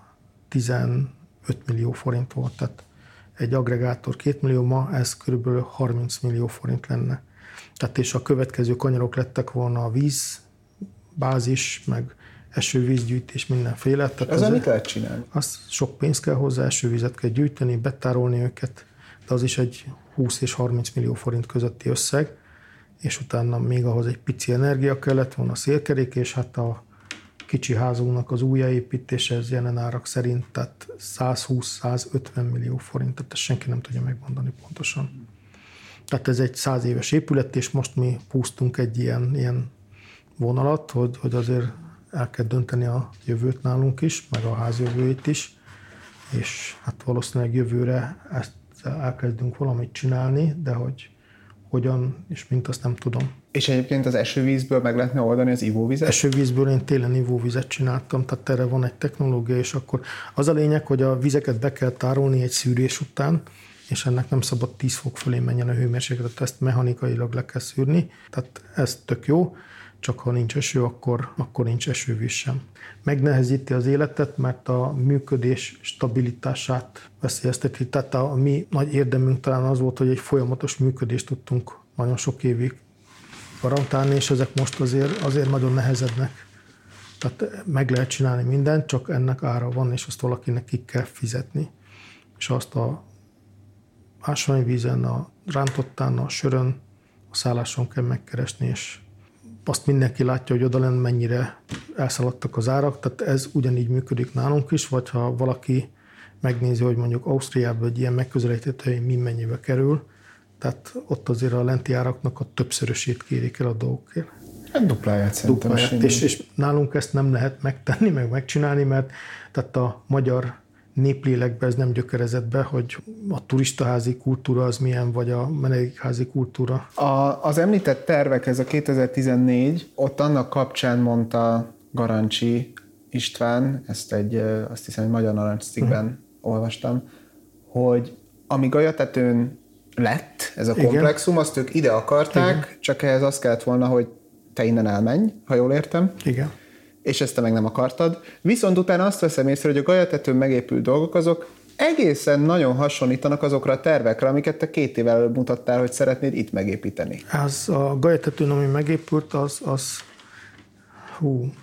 tizenöt millió forint volt, tehát egy agregátor két millió, ma ez körülbelül harminc millió forint lenne. Tehát és a következő kanyarok lettek volna a víz, bázis, meg esővízgyűjtés, mindenféle. Tehát ezzel mit lehet csinálni? Az sok pénz kell hozzá, esővizet kell gyűjteni, betárolni őket, de az is egy húsz és harminc millió forint közötti összeg, és utána még ahhoz egy pici energia kellett, van a szélkerék, és hát a kicsi házunknak az újjáépítése, ez jelen árak szerint, tehát százhúsz-százötven millió forint, tehát ezt senki nem tudja megmondani pontosan. Tehát ez egy száz éves épület, és most mi húztunk egy ilyen, ilyen vonalat, hogy, hogy azért el kell dönteni a jövőt nálunk is, meg a ház jövőjét is, és hát valószínűleg jövőre ezt elkezdünk valamit csinálni, de hogy hogyan, és mint azt nem tudom. És egyébként az esővízből meg lehetne oldani az ivóvizet? Esővízből én télen ivóvizet csináltam, tehát erre van egy technológia, és akkor az a lényeg, hogy a vizeket be kell tárolni egy szűrés után, és ennek nem szabad tíz fok fölé menjen a hőmérséklet, ezt mechanikailag le kell szűrni, tehát ez tök jó, csak ha nincs eső, akkor, akkor nincs esővíz sem. Megnehezíti az életet, mert a működés stabilitását veszélyezteti. Tehát a mi nagy érdemünk talán az volt, hogy egy folyamatos működést tudtunk nagyon sok évig garantálni, és ezek most azért, azért nagyon nehezednek. Tehát meg lehet csinálni mindent, csak ennek ára van, és azt valakinek ki kell fizetni. És azt a ásványvízen, a rántottán, a sörön, a szálláson kell megkeresni, és azt mindenki látja, hogy odalen mennyire elszaladtak az árak, tehát ez ugyanígy működik nálunk is, vagy ha valaki megnézi, hogy mondjuk Ausztriában egy ilyen megközelíthető, hogy mi mennyibe kerül, tehát ott azért a lenti áraknak a többszörösét kérik el a dolgokért. Hát dupláját szerintem. Dupláját, és, és nálunk ezt nem lehet megtenni, meg megcsinálni, mert tehát a magyar néplélekbe ez nem gyökerezett be, hogy a turistaházi kultúra az milyen, vagy a menedékházi kultúra. A, az említett tervek, ez a kétezer-tizennégy, ott annak kapcsán mondta Garancsi István, ezt egy, azt hiszem, egy Magyar Narancs cikkben hmm. olvastam, hogy ami Galyatetőn lett, ez a komplexum, igen, azt ők ide akarták, igen, csak ehhez az kellett volna, hogy te innen elmenj, ha jól értem. Igen. És ezt te meg nem akartad. Viszont utána azt veszem észre, hogy a Galyatetőn megépült dolgok, azok egészen nagyon hasonlítanak azokra a tervekre, amiket te két évvel előbb mutattál, hogy szeretnéd itt megépíteni. Az a Galyatetőn, ami megépült, az, az hú,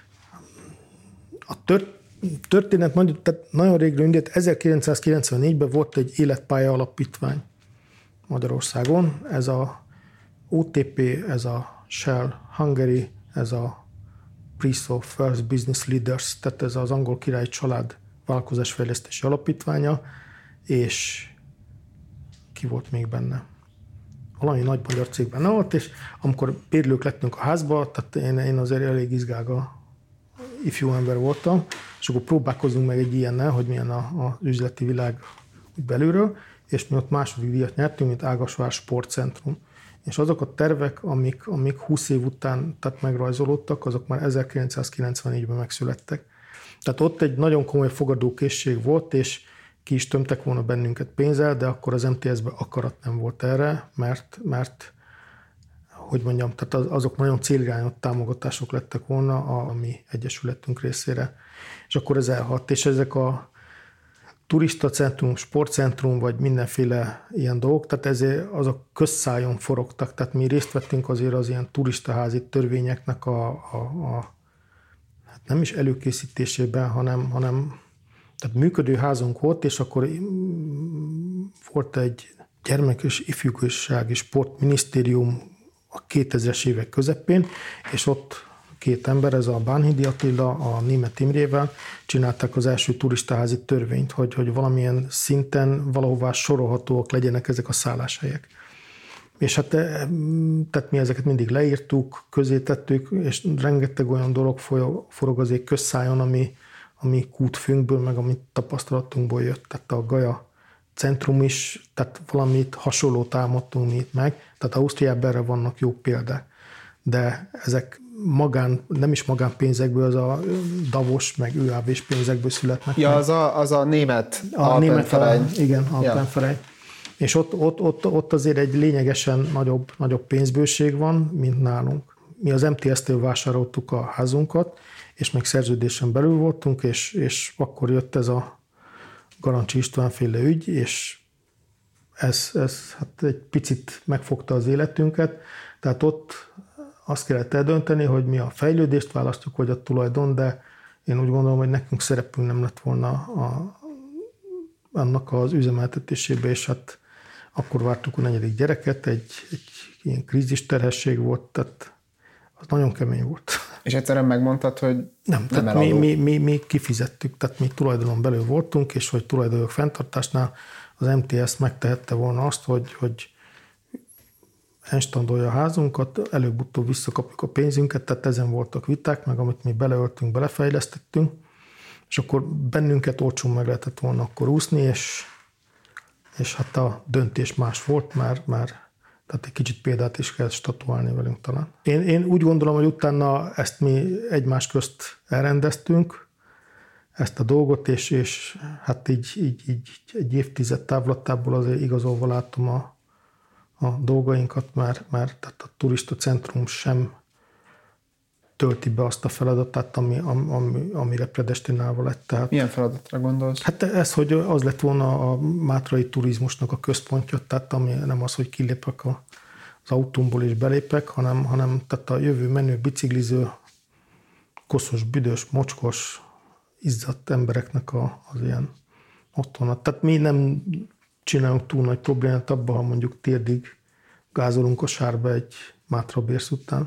a tört, történet mondjuk, tehát nagyon régről indít, ezerkilencszázkilencvennégyben volt egy életpálya alapítvány Magyarországon, ez a o té pé, ez a Shell Hungary, ez a Priso First Business Leaders, tehát ez az angol királyi család vállalkozásfejlesztési alapítványa, és ki volt még benne? Valami nagy magyar cég benne volt, és amikor bérlők lettünk a házba, tehát én, én azért elég izgága, ifjú ember voltam, és akkor próbálkozunk meg egy ilyennel, hogy milyen az üzleti világ belülről, és mi ott második díjat nyertünk, mint Ágasvár Sportcentrum. És azok a tervek, amik, amik húsz év után tehát megrajzolódtak, azok már ezerkilencszázkilencvennégyben megszülettek. Tehát ott egy nagyon komoly fogadókészség volt, és ki is tömtek volna bennünket pénzzel, de akkor az em té es-ben akarat nem volt erre, mert, mert hogy mondjam, tehát azok nagyon célirányos támogatások lettek volna a mi egyesületünk részére. És akkor ez elhadt, és ezek a turistacentrum, sportcentrum, vagy mindenféle ilyen dolgok, tehát ezért azok közszájon forogtak, tehát mi részt vettünk azért az ilyen turistaházi törvényeknek a, a, a hát nem is előkészítésében, hanem, hanem tehát működő házunk volt, és akkor volt egy gyermek- és ifjúsági sportminisztérium a kétezres évek közepén, és ott két ember, ez a Bánhidi Attila, a Németh Imrével csinálták az első turistaházi törvényt, hogy, hogy valamilyen szinten valahová sorolhatóak legyenek ezek a szálláshelyek. És hát tehát mi ezeket mindig leírtuk, közé tettük, és rengeteg olyan dolog forog azért közszájon, ami, ami kútfőnkből, meg amit tapasztalatunkból jött. Tehát a Gaja centrum is, tehát valamit hasonlót támadtunk mi itt meg, tehát Ausztriában erre vannak jó példák. De ezek magán, nem is magánpénzekből, az a Davos, meg ő á vés pénzekből születnek. Ja, meg. az a, az a német a német, a, igen, ja. Alpenverein. És ott, ott, ott, ott azért egy lényegesen nagyobb, nagyobb pénzbőség van, mint nálunk. Mi az em té es-től vásároltuk a házunkat, és még szerződésen belül voltunk, és, és akkor jött ez a Garancsi István féle ügy, és ez, ez hát egy picit megfogta az életünket. Tehát ott azt kellett eldönteni, hogy mi a fejlődést választjuk, vagy a tulajdon, de én úgy gondolom, hogy nekünk szerepünk nem lett volna a, annak az üzemeltetésébe, és hát akkor vártuk a negyedik gyereket, egy, egy ilyen krízisterhesség volt, tehát az nagyon kemény volt. És egyszerűen megmondtad, hogy nem, nem tehát mi, mi, mi, mi kifizettük, tehát mi tulajdonon belül voltunk, és hogy tulajdonjog fenntartásnál az em té es megtehette volna azt, hogy, hogy enstandolja a házunkat, előbb-utóbb visszakapjuk a pénzünket, tehát ezen voltak viták, meg amit mi beleöltünk, belefejlesztettünk, és akkor bennünket olcsón meg lehetett volna akkor úszni, és, és hát a döntés más volt, mert már tehát egy kicsit példát is kell statuálni velünk talán. Én, én úgy gondolom, hogy utána ezt mi egymás közt elrendeztünk, ezt a dolgot, és, és hát így, így, így egy évtized távlatából azért igazolva látom a, a dolgainkat, mert, mert tehát a turista centrum sem tölti be azt a feladatát, ami, ami, amire predestinálva lett. Tehát, milyen feladatra gondolsz? Hát ez, hogy az lett volna a mátrai turizmusnak a központja, tehát ami nem az, hogy kilépek a, az autómból és belépek, hanem, hanem tehát a jövő menő bicikliző, koszos, büdös, mocskos, izzadt embereknek a, az ilyen otthona. Tehát mi nem csinálunk túl nagy problémát abban, ha mondjuk térdig gázolunk a sárba egy Mátra Bérsz után.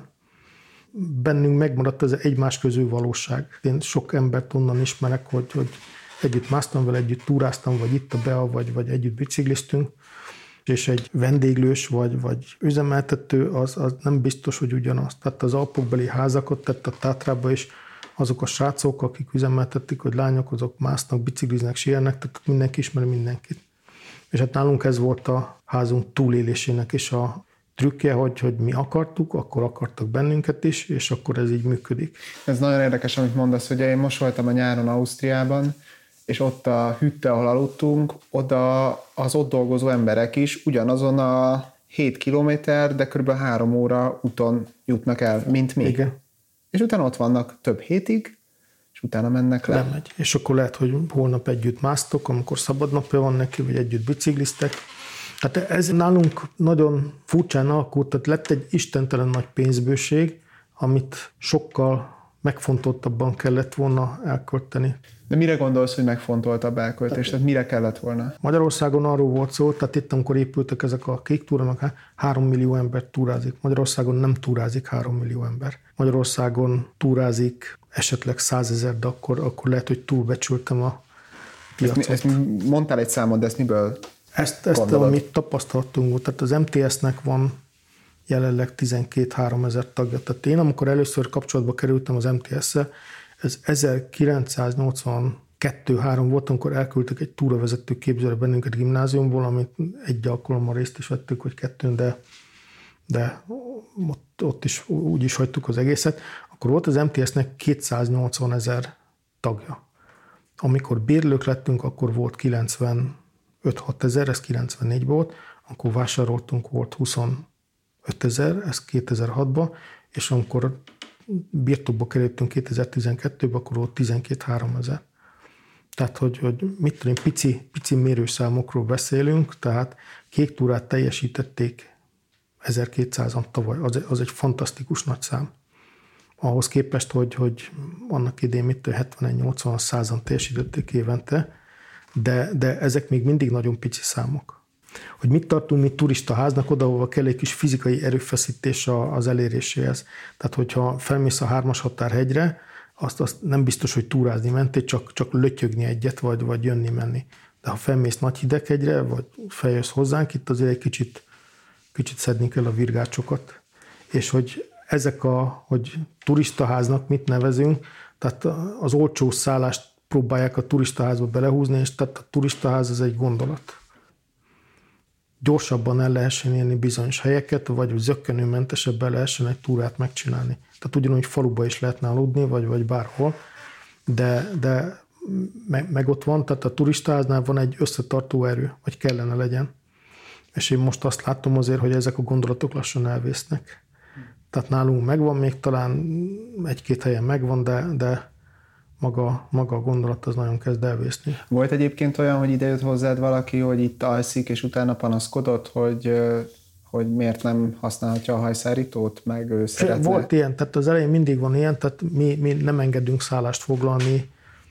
Bennünk megmaradt ez egymás közül valóság. Én sok embert onnan ismerek, hogy, hogy együtt másztam vele, együtt túráztam, vagy itt a Bea, vagy, vagy együtt bicikliztünk, és egy vendéglős, vagy, vagy üzemeltető, az, az nem biztos, hogy ugyanaz. Tehát az alpokbeli házakat tett a Tátrába is, azok a srácok, akik üzemeltették, hogy lányok, azok másznak, bicikliznek, sírnek, tehát mindenki ismeri mindenkit. És hát nálunk ez volt a házunk túlélésének is a trükkje, hogy, hogy mi akartuk, akkor akartak bennünket is, és akkor ez így működik. Ez nagyon érdekes, amit mondasz, hogy én most voltam a nyáron Ausztriában, és ott a hütte, ahol aludtunk, oda az ott dolgozó emberek is ugyanazon a hét kilométer, de kb. három óra úton jutnak el, mint mi. Igen. És utána ott vannak több hétig, és utána mennek le. Lemegy. És akkor lehet, hogy holnap együtt másztok, amikor szabadnapja van neki, vagy együtt bicikliztek. Hát ez nálunk nagyon furcsán alakult, tehát lett egy istentelen nagy pénzbőség, amit sokkal megfontoltabban kellett volna elkölteni. De mire gondolsz, hogy megfontoltabb elköltés? Tehát mire kellett volna? Magyarországon arról volt szó, tehát itt, amikor épültek ezek a kék túrának, három millió ember túrázik. Magyarországon nem túrázik három millió ember. Magyarországon túrázik esetleg százezer, de akkor, akkor lehet, hogy túlbecsültem a piacot. Ezt, ezt mondtál egy számot, de ezt miből Ezt, ezt amit tapasztaltunk, tehát az em té es-nek van jelenleg tizenkét-három ezer tagja. Tehát én, amikor először kapcsolatba kerültem az em té es-szel, ez ezerkilencszáznyolcvankettő három volt, amikor elküldtek egy túravezető képzőre bennünket gimnáziumból, amit egy alkalommal részt is vettük, vagy kettőn, de, de ott, ott is úgy is hagytuk az egészet. Akkor volt az em té es-nek kétszáznyolcvan ezer tagja. Amikor bérlők lettünk, akkor volt kilencvenöt-hat ezer, ez kilencvennégy volt, akkor vásároltunk, volt huszonöt ezer, ez kétezer-hatban, és amikor birtokba kerültünk kétezer-tizenkettőben, akkor volt tizenkét-három ezer. Tehát, hogy, hogy mit tudom, pici, pici mérőszámokról beszélünk, tehát kék túrát teljesítették ezerkétszázan tavaly, az, az egy fantasztikus nagy szám. Ahhoz képest, hogy, hogy annak idén mit hetven-nyolcvan százan teljesítették évente, de, de ezek még mindig nagyon pici számok. Hogy mit tartunk mi turistaháznak oda, ahol kell egy kis fizikai erőfeszítés az eléréséhez. Tehát, hogyha felmész a hármas határhegyre, azt, azt nem biztos, hogy túrázni mentél, csak, csak lötyögni egyet, vagy, vagy jönni-menni. De ha felmész Nagyhideghegyre, vagy feljössz hozzánk, itt azért egy kicsit, kicsit szedni kell a virgácsokat. És hogy ezek a, hogy turistaháznak mit nevezünk, tehát az olcsó szállást próbálják a turistaházba belehúzni, és tehát a turistaház az egy gondolat. Gyorsabban el lehessen érni bizonyos helyeket, vagy zökkenőmentesebben lehessen egy túrát megcsinálni. Tehát ugyanúgy faluba is lehetne aludni, vagy, vagy bárhol, de, de meg, meg ott van, tehát a turistaháznál van egy összetartó erő, vagy kellene legyen. És én most azt látom azért, hogy ezek a gondolatok lassan elvésznek. Tehát nálunk megvan, még talán egy-két helyen megvan, de, de maga, maga a gondolat az nagyon kezd elvészni. Volt egyébként olyan, hogy idejött hozzád valaki, hogy itt alszik, és utána panaszkodott, hogy, hogy miért nem használhatja a hajszárítót, meg ő szeretne? Volt ilyen, tehát az elején mindig van ilyen, tehát mi, mi nem engedünk szállást foglalni,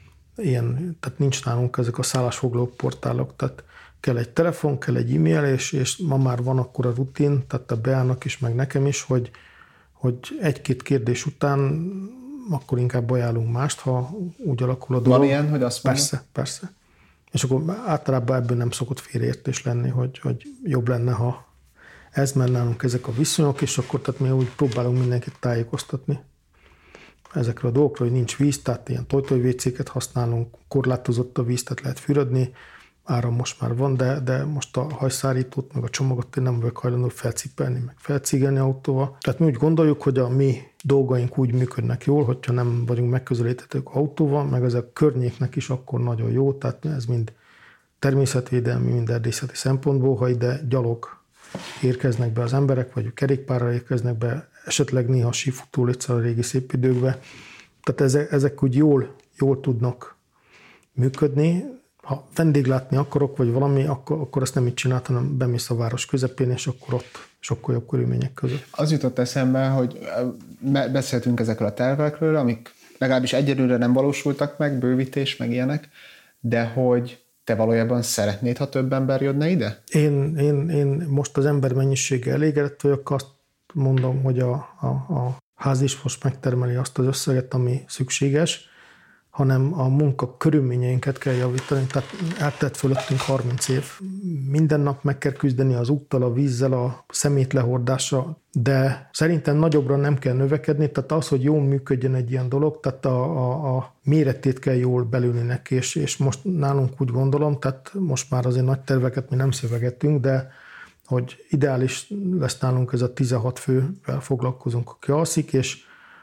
ilyen, tehát nincs nálunk ezek a szállásfoglaló portálok, tehát kell egy telefon, kell egy e-mail, és, és ma már van akkor a rutin, tehát a Beának is, meg nekem is, hogy, hogy egy-két kérdés után akkor inkább ajánlunk mást, ha úgy alakul a dolog. Van ilyen, hogy azt mondja? Persze, persze. És akkor általában ebből nem szokott félreértés lenni, hogy, hogy jobb lenne, ha ez mennálunk ezek a viszonyok, és akkor tehát mi úgy próbálunk mindenkit tájékoztatni ezekre a dolgokra, hogy nincs víz, tehát ilyen tojtojvécéket használunk, korlátozott a víz, tehát lehet fürödni, áram most már van, de, de most a hajszárítót, meg a csomagot én nem vagyok hajlandó felcipelni, meg felcigelni autóval. Tehát mi úgy gondoljuk, hogy a mi dolgaink úgy működnek jól, hogyha nem vagyunk megközelíthetők autóval, meg ez a környéknek is akkor nagyon jó, tehát ez mind természetvédelmi, mind erdészeti szempontból, ha ide gyalog érkeznek be az emberek, vagy kerékpárral érkeznek be, esetleg néha sífutó létszer a régi szép időkben. Tehát ezek, ezek úgy jól, jól tudnak működni. Ha vendéglátni akarok, vagy valami, akkor, akkor azt nem így csinált, hanem bemész a város közepén, és akkor ott sokkal jobb körülmények között. Az jutott eszembe, hogy beszéltünk ezekről a tervekről, amik legalábbis egyelőre nem valósultak meg, bővítés, meg ilyenek, de hogy te valójában szeretnéd, ha több ember jönne ide? Én, én, én most az ember mennyiséggel elégedett vagyok, azt mondom, hogy a, a, a ház is most megtermeli azt az összeget, ami szükséges, hanem a munka körülményeinket kell javítani. Tehát eltelt fölöttünk harminc év. Minden nap meg kell küzdeni az úttal, a vízzel, a szemét lehordással, de szerintem nagyobbra nem kell növekedni, tehát az, hogy jól működjön egy ilyen dolog, tehát a, a, a méretét kell jól belülni neki, és, és most nálunk úgy gondolom, tehát most már azért nagy terveket mi nem szövegetünk, de hogy ideális lesz nálunk ez a tizenhat fővel foglalkozunk, aki alszik, és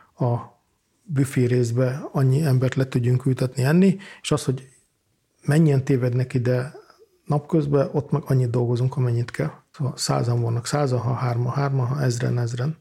a büfé részbe annyi embert le tudjunk ültetni enni, és az, hogy mennyien tévednek ide napközben, ott meg annyit dolgozunk, amennyit kell. Szóval százan vannak százan, ha hárman, hárman, ha ezren, ezren.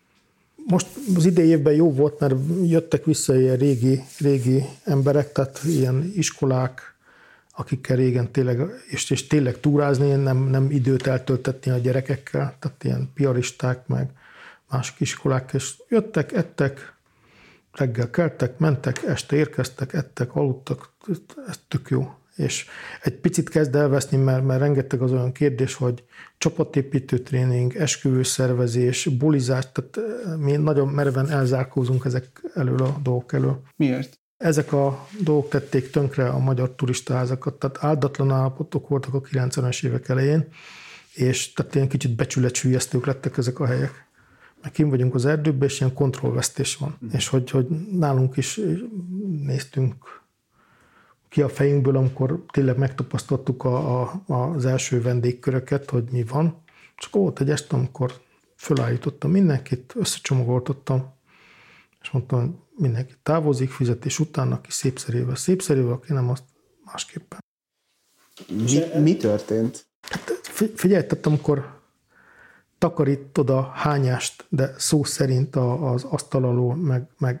Most az idei évben jó volt, mert jöttek vissza ilyen régi, régi emberek, tehát ilyen iskolák, akikkel régen tényleg, és, és tényleg túrázni, nem, nem időt eltöltetni a gyerekekkel, tehát ilyen piaristák, meg másik iskolák, és jöttek, ettek, reggel keltek, mentek, este érkeztek, ettek, aludtak, ez tök jó. És egy picit kezd elveszni, mert, mert rengeteg az olyan kérdés, hogy csapatépítő tréning, esküvőszervezés, bulizás, tehát mi nagyon mereven elzárkózunk ezek elől a dolgok elől. Miért? Ezek a dolgok tették tönkre a magyar turistaházakat, tehát áldatlan állapotok voltak a kilencvenes évek elején, és tehát ilyen kicsit becsületsüllyesztők lettek ezek a helyek. meg kim vagyunk az erdőben, és ilyen kontrollvesztés van. Mm. És hogy, hogy nálunk is néztünk ki a fejünkből, amikor tényleg megtapasztaltuk a, a, az első vendégköröket, hogy mi van. Csak volt egy este, amikor fölállítottam mindenkit, összecsomagoltottam, és mondtam, hogy mindenki távozik, fizetés után, aki szépszerével, szépszerével, aki nem, azt másképpen. Mi, mi történt? Hát figyelj, tehát amikor takarítod a hányást, de szó szerint az asztal alól, meg, meg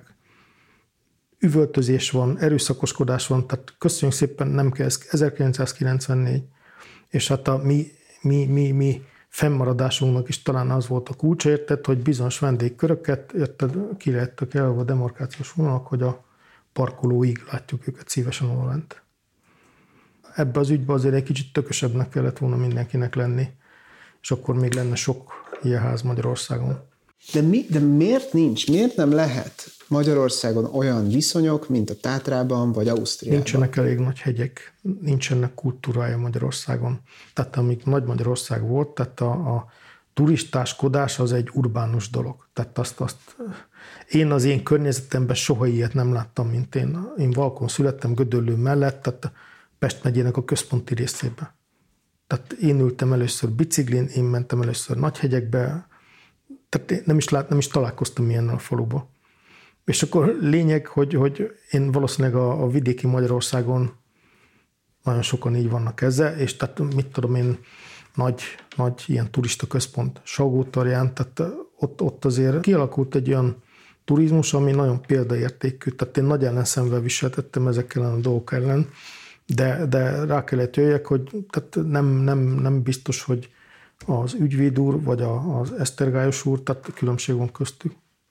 üvöltözés van, erőszakoskodás van, tehát köszönjük szépen, nem kell, ez ezerkilencszázkilencvennégy, és hát a mi, mi, mi, mi fennmaradásunknak is talán az volt a kulcsa, érted, hogy bizonyos vendégköröket, érted, ki lehettek elve a demarkációs vonalak, hogy a parkolóig látjuk őket szívesen odalent. Ebbe az ügybe azért egy kicsit tökösebbnek kellett volna mindenkinek lenni, és akkor még lenne sok ilyen ház Magyarországon. De, mi, de miért nincs, miért nem lehet Magyarországon olyan viszonyok, mint a Tátrában vagy Ausztriában? Nincsenek elég nagy hegyek, nincsenek kultúrája Magyarországon. Tehát amíg Nagy Magyarország volt, tehát a, a turistáskodás az egy urbánus dolog. Tehát azt, azt én az én környezetemben soha ilyet nem láttam, mint én. Én Valkon születtem, Gödöllő mellett, tehát Pest megyének a központi részében. Tehát én ültem először biciklin, én mentem először Nagyhegyekbe, tehát nem is, lát, nem is találkoztam ilyennel a faluba. És akkor lényeg, hogy, hogy én valószínűleg a, a vidéki Magyarországon nagyon sokan így vannak ezzel, és tehát mit tudom én, nagy, nagy ilyen turista központ Salgótarján, tehát ott, ott azért kialakult egy olyan turizmus, ami nagyon példaértékű, tehát én nagy ellenszenvvel viseltettem ezekkel a dolgok ellen, de, de rá kellett jöjjek, hogy tehát nem, nem, nem biztos, hogy az ügyvéd úr, vagy a, az esztergályos úr, tehát különbség van köztük.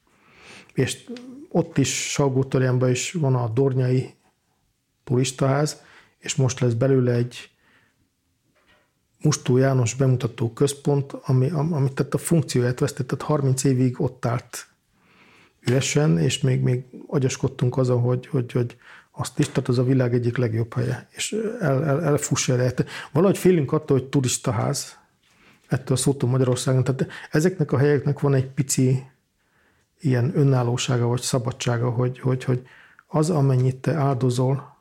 És ott is, Salgótarjánban is van a Dornyai turistaház, és most lesz belőle egy Mustó János bemutató központ, ami, ami tehát a funkcióját vesztett, tehát harminc évig ott állt üresen, és még, még agyaskodtunk azon, hogy, hogy, hogy azt is, tehát az a világ egyik legjobb helye, és el, el, elfuss erre. Valahogy félünk attól, hogy turistaház, ettől a szótól Magyarországon, tehát ezeknek a helyeknek van egy pici ilyen önállósága vagy szabadsága, hogy, hogy, hogy az, amennyit te áldozol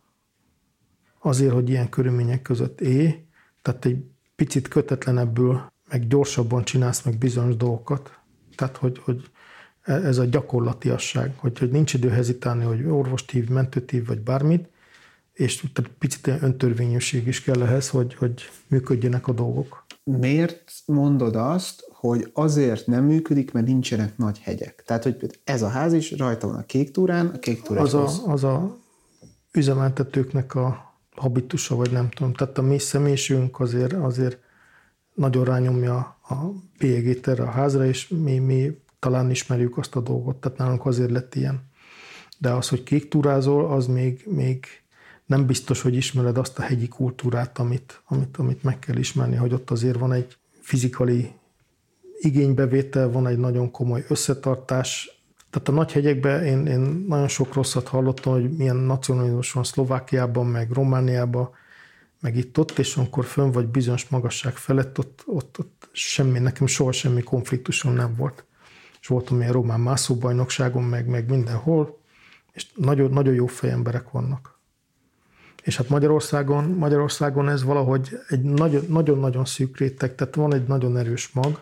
azért, hogy ilyen körülmények között élj, tehát egy picit kötetlenebbül, meg gyorsabban csinálsz meg bizonyos dolgokat. Tehát, hogy, hogy ez a gyakorlatiasság, hogy, hogy nincs idő hezitálni, hogy orvost hív, mentőt hív, vagy bármit, és tehát picit ilyen öntörvényűség is kell ehhez, hogy, hogy működjenek a dolgok. Miért mondod azt, hogy azért nem működik, mert nincsenek nagy hegyek? Tehát, hogy ez a ház is rajta van a Kék túrán, a Kék túrán az, a, az a üzemeltetőknek a habitusa, vagy nem tudom. Tehát a mi személyiségünk azért, azért nagyon rányomja a bélyegét erre a házra, és mi, mi talán ismerjük azt a dolgot, tehát nálunk azért lett ilyen. De az, hogy kék túrázol, az még, még nem biztos, hogy ismered azt a hegyi kultúrát, amit, amit, amit meg kell ismerni, hogy ott azért van egy fizikali igénybevétel, van egy nagyon komoly összetartás. Tehát a nagy hegyekben én, én nagyon sok rosszat hallottam, hogy milyen nacionalizmus van Szlovákiában, meg Romániában, meg itt-ott, és amikor fönn vagy bizonyos magasság felett, ott, ott, ott semmi, nekem soha semmi konfliktusom nem volt. És voltam ilyen román mászóbajnokságon, meg, meg mindenhol, és nagyon, nagyon jó fejemberek vannak. És hát Magyarországon, Magyarországon ez valahogy egy nagyon-nagyon szűk réteg, tehát van egy nagyon erős mag,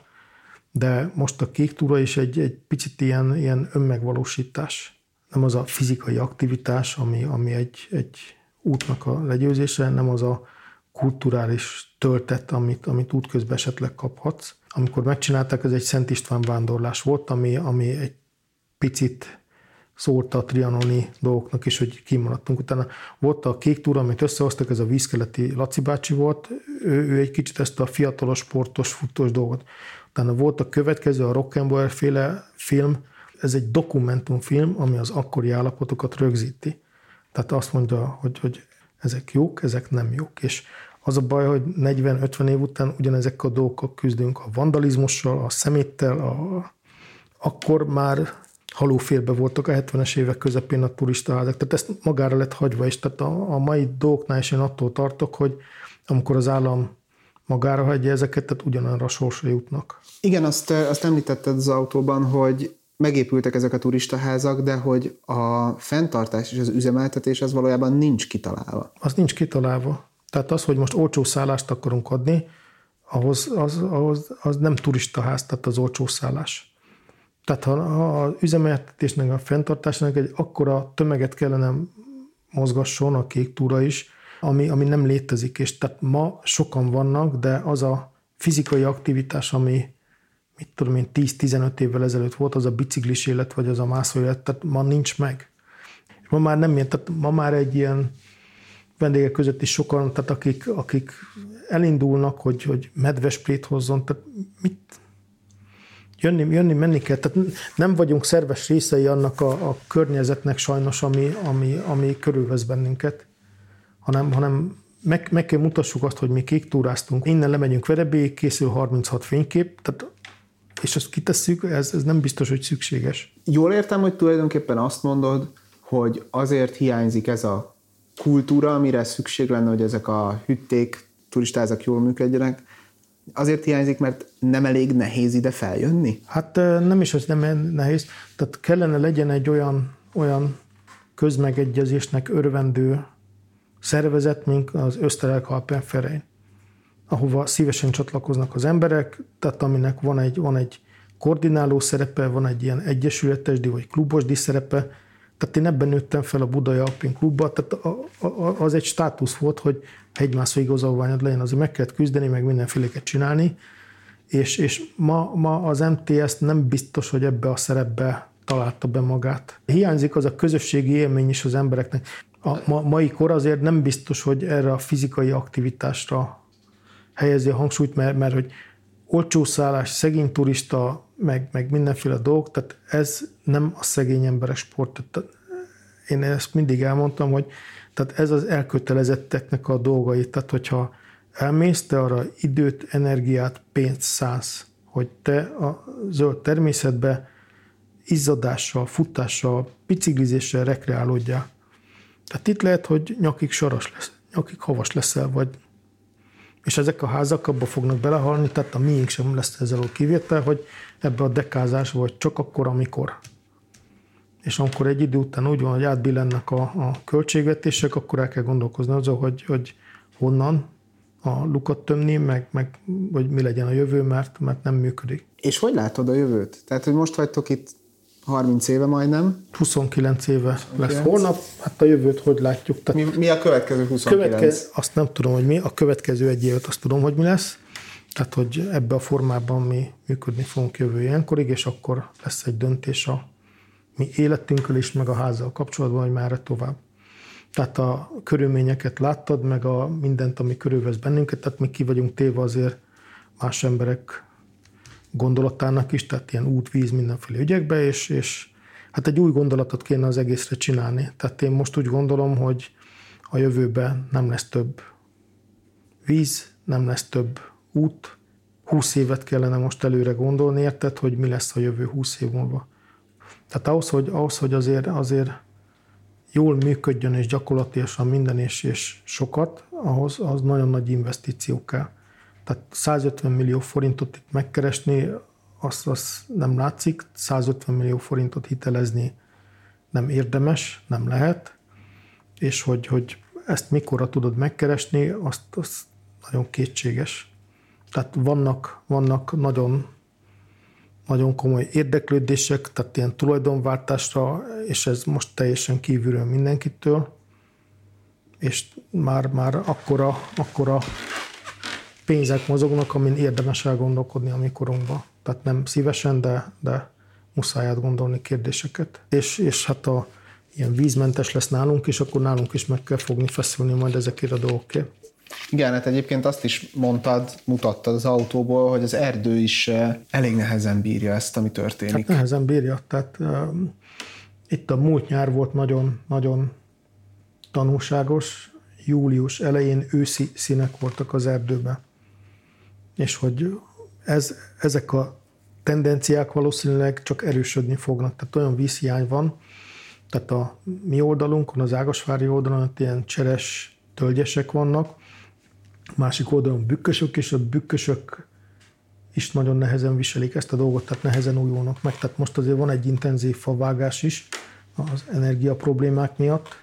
de most a kék túra is egy, egy picit ilyen, ilyen önmegvalósítás. Nem az a fizikai aktivitás, ami, ami egy, egy útnak a legyőzése, nem az a kulturális töltet, amit, amit útközben esetleg kaphatsz. Amikor megcsinálták, ez egy Szent István vándorlás volt, ami, ami egy picit szólta a trianoni dolgoknak is, hogy kimaradtunk. Utána volt a kék túra, amit összehoztak, ez a Vízkeleti Laci bácsi volt, ő, ő egy kicsit ezt a fiatalos, sportos, futós dolgot. Utána volt a következő, a Rock'n'Roll féle film, ez egy dokumentumfilm, ami az akkori állapotokat rögzíti. Tehát azt mondja, hogy, hogy ezek jók, ezek nem jók. És az a baj, hogy negyven-ötven év után ugyanezek a dolgokkal küzdünk, a vandalizmussal, a szeméttel, a... akkor már halófélbe voltak a hetvenes évek közepén a turistaházak. Tehát ezt magára lett hagyva, és tehát a, a mai dolgoknál is én attól tartok, hogy amikor az állam magára hagyja ezeket, tehát ugyanolyanra sorsra jutnak. Igen, azt, azt említetted az autóban, hogy megépültek ezek a turistaházak, de hogy a fenntartás és az üzemeltetés az valójában nincs kitalálva. Az nincs kitalálva. Tehát az, hogy most olcsó szállást akarunk adni, ahhoz az, ahhoz, az nem turistaház, tehát az olcsó szállás. Tehát ha, ha az üzemeltetésnek, a fenntartásnak egy akkora tömeget kellene mozgasson a kék túra is, ami, ami nem létezik. És tehát ma sokan vannak, de az a fizikai aktivitás, ami mit tudom én, tíz-tizenöt évvel ezelőtt volt, az a biciklis élet, vagy az a mászó élet, tehát ma nincs meg. Ma már nem ilyen, tehát ma már egy ilyen vendégek között is sokan, tehát akik, akik elindulnak, hogy, hogy medvesprét hozzon, tehát mit? Jönni, jönni, menni kell. Tehát nem vagyunk szerves részei annak a, a környezetnek sajnos, ami, ami, ami körülvesz bennünket, hanem, hanem meg, meg kell mutassuk azt, hogy mi kék túráztunk. Innen lemegyünk Verebélyig, készül harminchat fénykép, tehát, és azt kitesszük, ez, ez nem biztos, hogy szükséges. Jól értem, hogy tulajdonképpen azt mondod, hogy azért hiányzik ez a kultúra, amire szükség lenne, hogy ezek a hütték, turistázak jól működjenek, azért hiányzik, mert nem elég nehéz ide feljönni? Hát nem is, hogy nem nehéz. Tehát kellene legyen egy olyan, olyan közmegegyezésnek örvendő szervezet, mint az Österreich-Alpenverein, ahova szívesen csatlakoznak az emberek, tehát aminek van egy, van egy koordináló szerepe, van egy ilyen egyesületesdi vagy klubosdi szerepe. Tehát én ebben nőttem fel a Budai Alpin Klubba, tehát a, a, az egy státusz volt, hogy hegymászó igazolványod legyen, azért meg kellett küzdeni, meg mindenféléket csinálni, és, és ma, ma az em té es nem biztos, hogy ebbe a szerepbe találta be magát. Hiányzik az a közösségi élmény is az embereknek. A ma, mai kor azért nem biztos, hogy erre a fizikai aktivitásra helyezi a hangsúlyt, mert, mert hogy olcsó szállás, szegény turista, meg, meg mindenféle dolgok, tehát ez nem a szegény emberek sport. Tehát én ezt mindig elmondtam, hogy tehát ez az elkötelezetteknek a dolgai. Tehát hogyha elmész, te arra időt, energiát, pénzt szánsz, hogy te a zöld természetbe izzadással, futással, biciklizéssel rekreálódjál. Tehát itt lehet, hogy nyakig saras lesz, nyakig havas leszel, vagy és ezek a házak abba fognak belehalni, tehát a miénk sem lesz ezzel a kivétel, hogy ebbe a dekázás vagy csak akkor, amikor. És amikor egy idő után úgy van, hogy átbillennek a, a költségvetések, akkor el kell gondolkozni azon, hogy, hogy honnan a lukat tömni, meg, meg vagy mi legyen a jövő, mert, mert nem működik. És hogy látod a jövőt? Tehát, hogy most vagytok itt harminc éve majdnem. huszonkilenc éve lesz holnap, hát a jövőt hogy látjuk? Tehát mi, mi a következő huszonkilenc? Következő, azt nem tudom, hogy mi, a következő egy évet azt tudom, hogy mi lesz. Tehát, hogy ebbe a formában mi működni fogunk jövő ilyenkorig, és akkor lesz egy döntés a mi életünkkel is, meg a házzal kapcsolatban, hogy merre tovább. Tehát a körülményeket láttad, meg a mindent, ami körülvesz bennünket, tehát mi ki vagyunk téve azért más emberek gondolatának is, tehát ilyen út, víz, mindenféle ügyekbe, és, és hát egy új gondolatot kéne az egészre csinálni. Tehát én most úgy gondolom, hogy a jövőben nem lesz több víz, nem lesz több út. húsz évet kellene most előre gondolni, érted, hogy mi lesz a jövő húsz év múlva. Tehát ahhoz, hogy, ahhoz, hogy azért, azért jól működjön és gyakorlatilag minden és, és sokat, ahhoz az nagyon nagy investíció kell. Tehát százötven millió forintot itt megkeresni, azt, azt nem látszik, százötven millió forintot hitelezni nem érdemes, nem lehet, és hogy, hogy ezt mikorra tudod megkeresni, azt, azt nagyon kétséges. Tehát vannak, vannak nagyon, nagyon komoly érdeklődések, tehát ilyen tulajdonváltásra, és ez most teljesen kívülről mindenkitől, és már, már akkora, akkora pénzek mozognak, amin érdemes elgondolkodni a mi korunkban. Tehát nem szívesen, de, de muszáj átgondolni kérdéseket. És, és hát a ilyen vízmentes lesz nálunk, és akkor nálunk is meg kell fogni feszülni majd ezekért a dolgokért. Igen, hát egyébként azt is mondtad, mutattad az autóból, hogy az erdő is elég nehezen bírja ezt, ami történik. Hát nehezen bírja. Tehát um, itt a múlt nyár volt nagyon, nagyon tanulságos. Július elején őszi színek voltak az erdőben. És hogy ez, ezek a tendenciák valószínűleg csak erősödni fognak. Tehát olyan vízhiány van, tehát a mi oldalunkon, az ágasvári oldalon ilyen cseres tölgyesek vannak, másik oldalon bükkösök, és a bükkösök is nagyon nehezen viselik ezt a dolgot, tehát nehezen újulnak meg. Tehát most azért van egy intenzív favágás is az energia problémák miatt,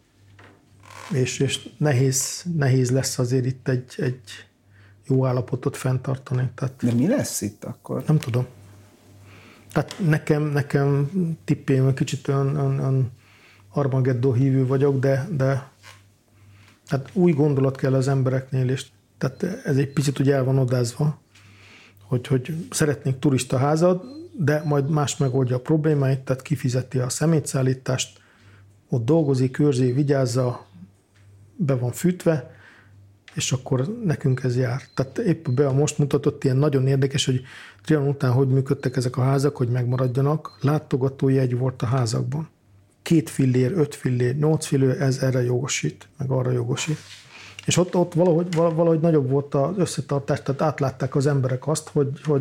és, és nehéz, nehéz lesz azért itt egy, egy jó állapotot fenntartani. Tehát de mi lesz itt akkor? Nem tudom. Tehát nekem, nekem tippém, kicsit olyan, olyan, olyan Armageddon hívő vagyok, de, de tehát új gondolat kell az embereknél, és tehát ez egy picit úgy el van odázva, hogy, hogy szeretnénk turistaházat, de majd más megoldja a problémáit, tehát kifizeti a szemétszállítást, ott dolgozik, őrzi, vigyázza, be van fűtve, és akkor nekünk ez jár. Tehát épp be a most mutatott ilyen nagyon érdekes, hogy Trianon után hogy működtek ezek a házak, hogy megmaradjanak. Látogatójegy volt a házakban. Két fillér, öt fillér, nyolc fillér, ez erre jogosít, meg arra jogosít. És ott, ott valahogy, valahogy nagyobb volt az összetartás, tehát átlátták az emberek azt, hogy, hogy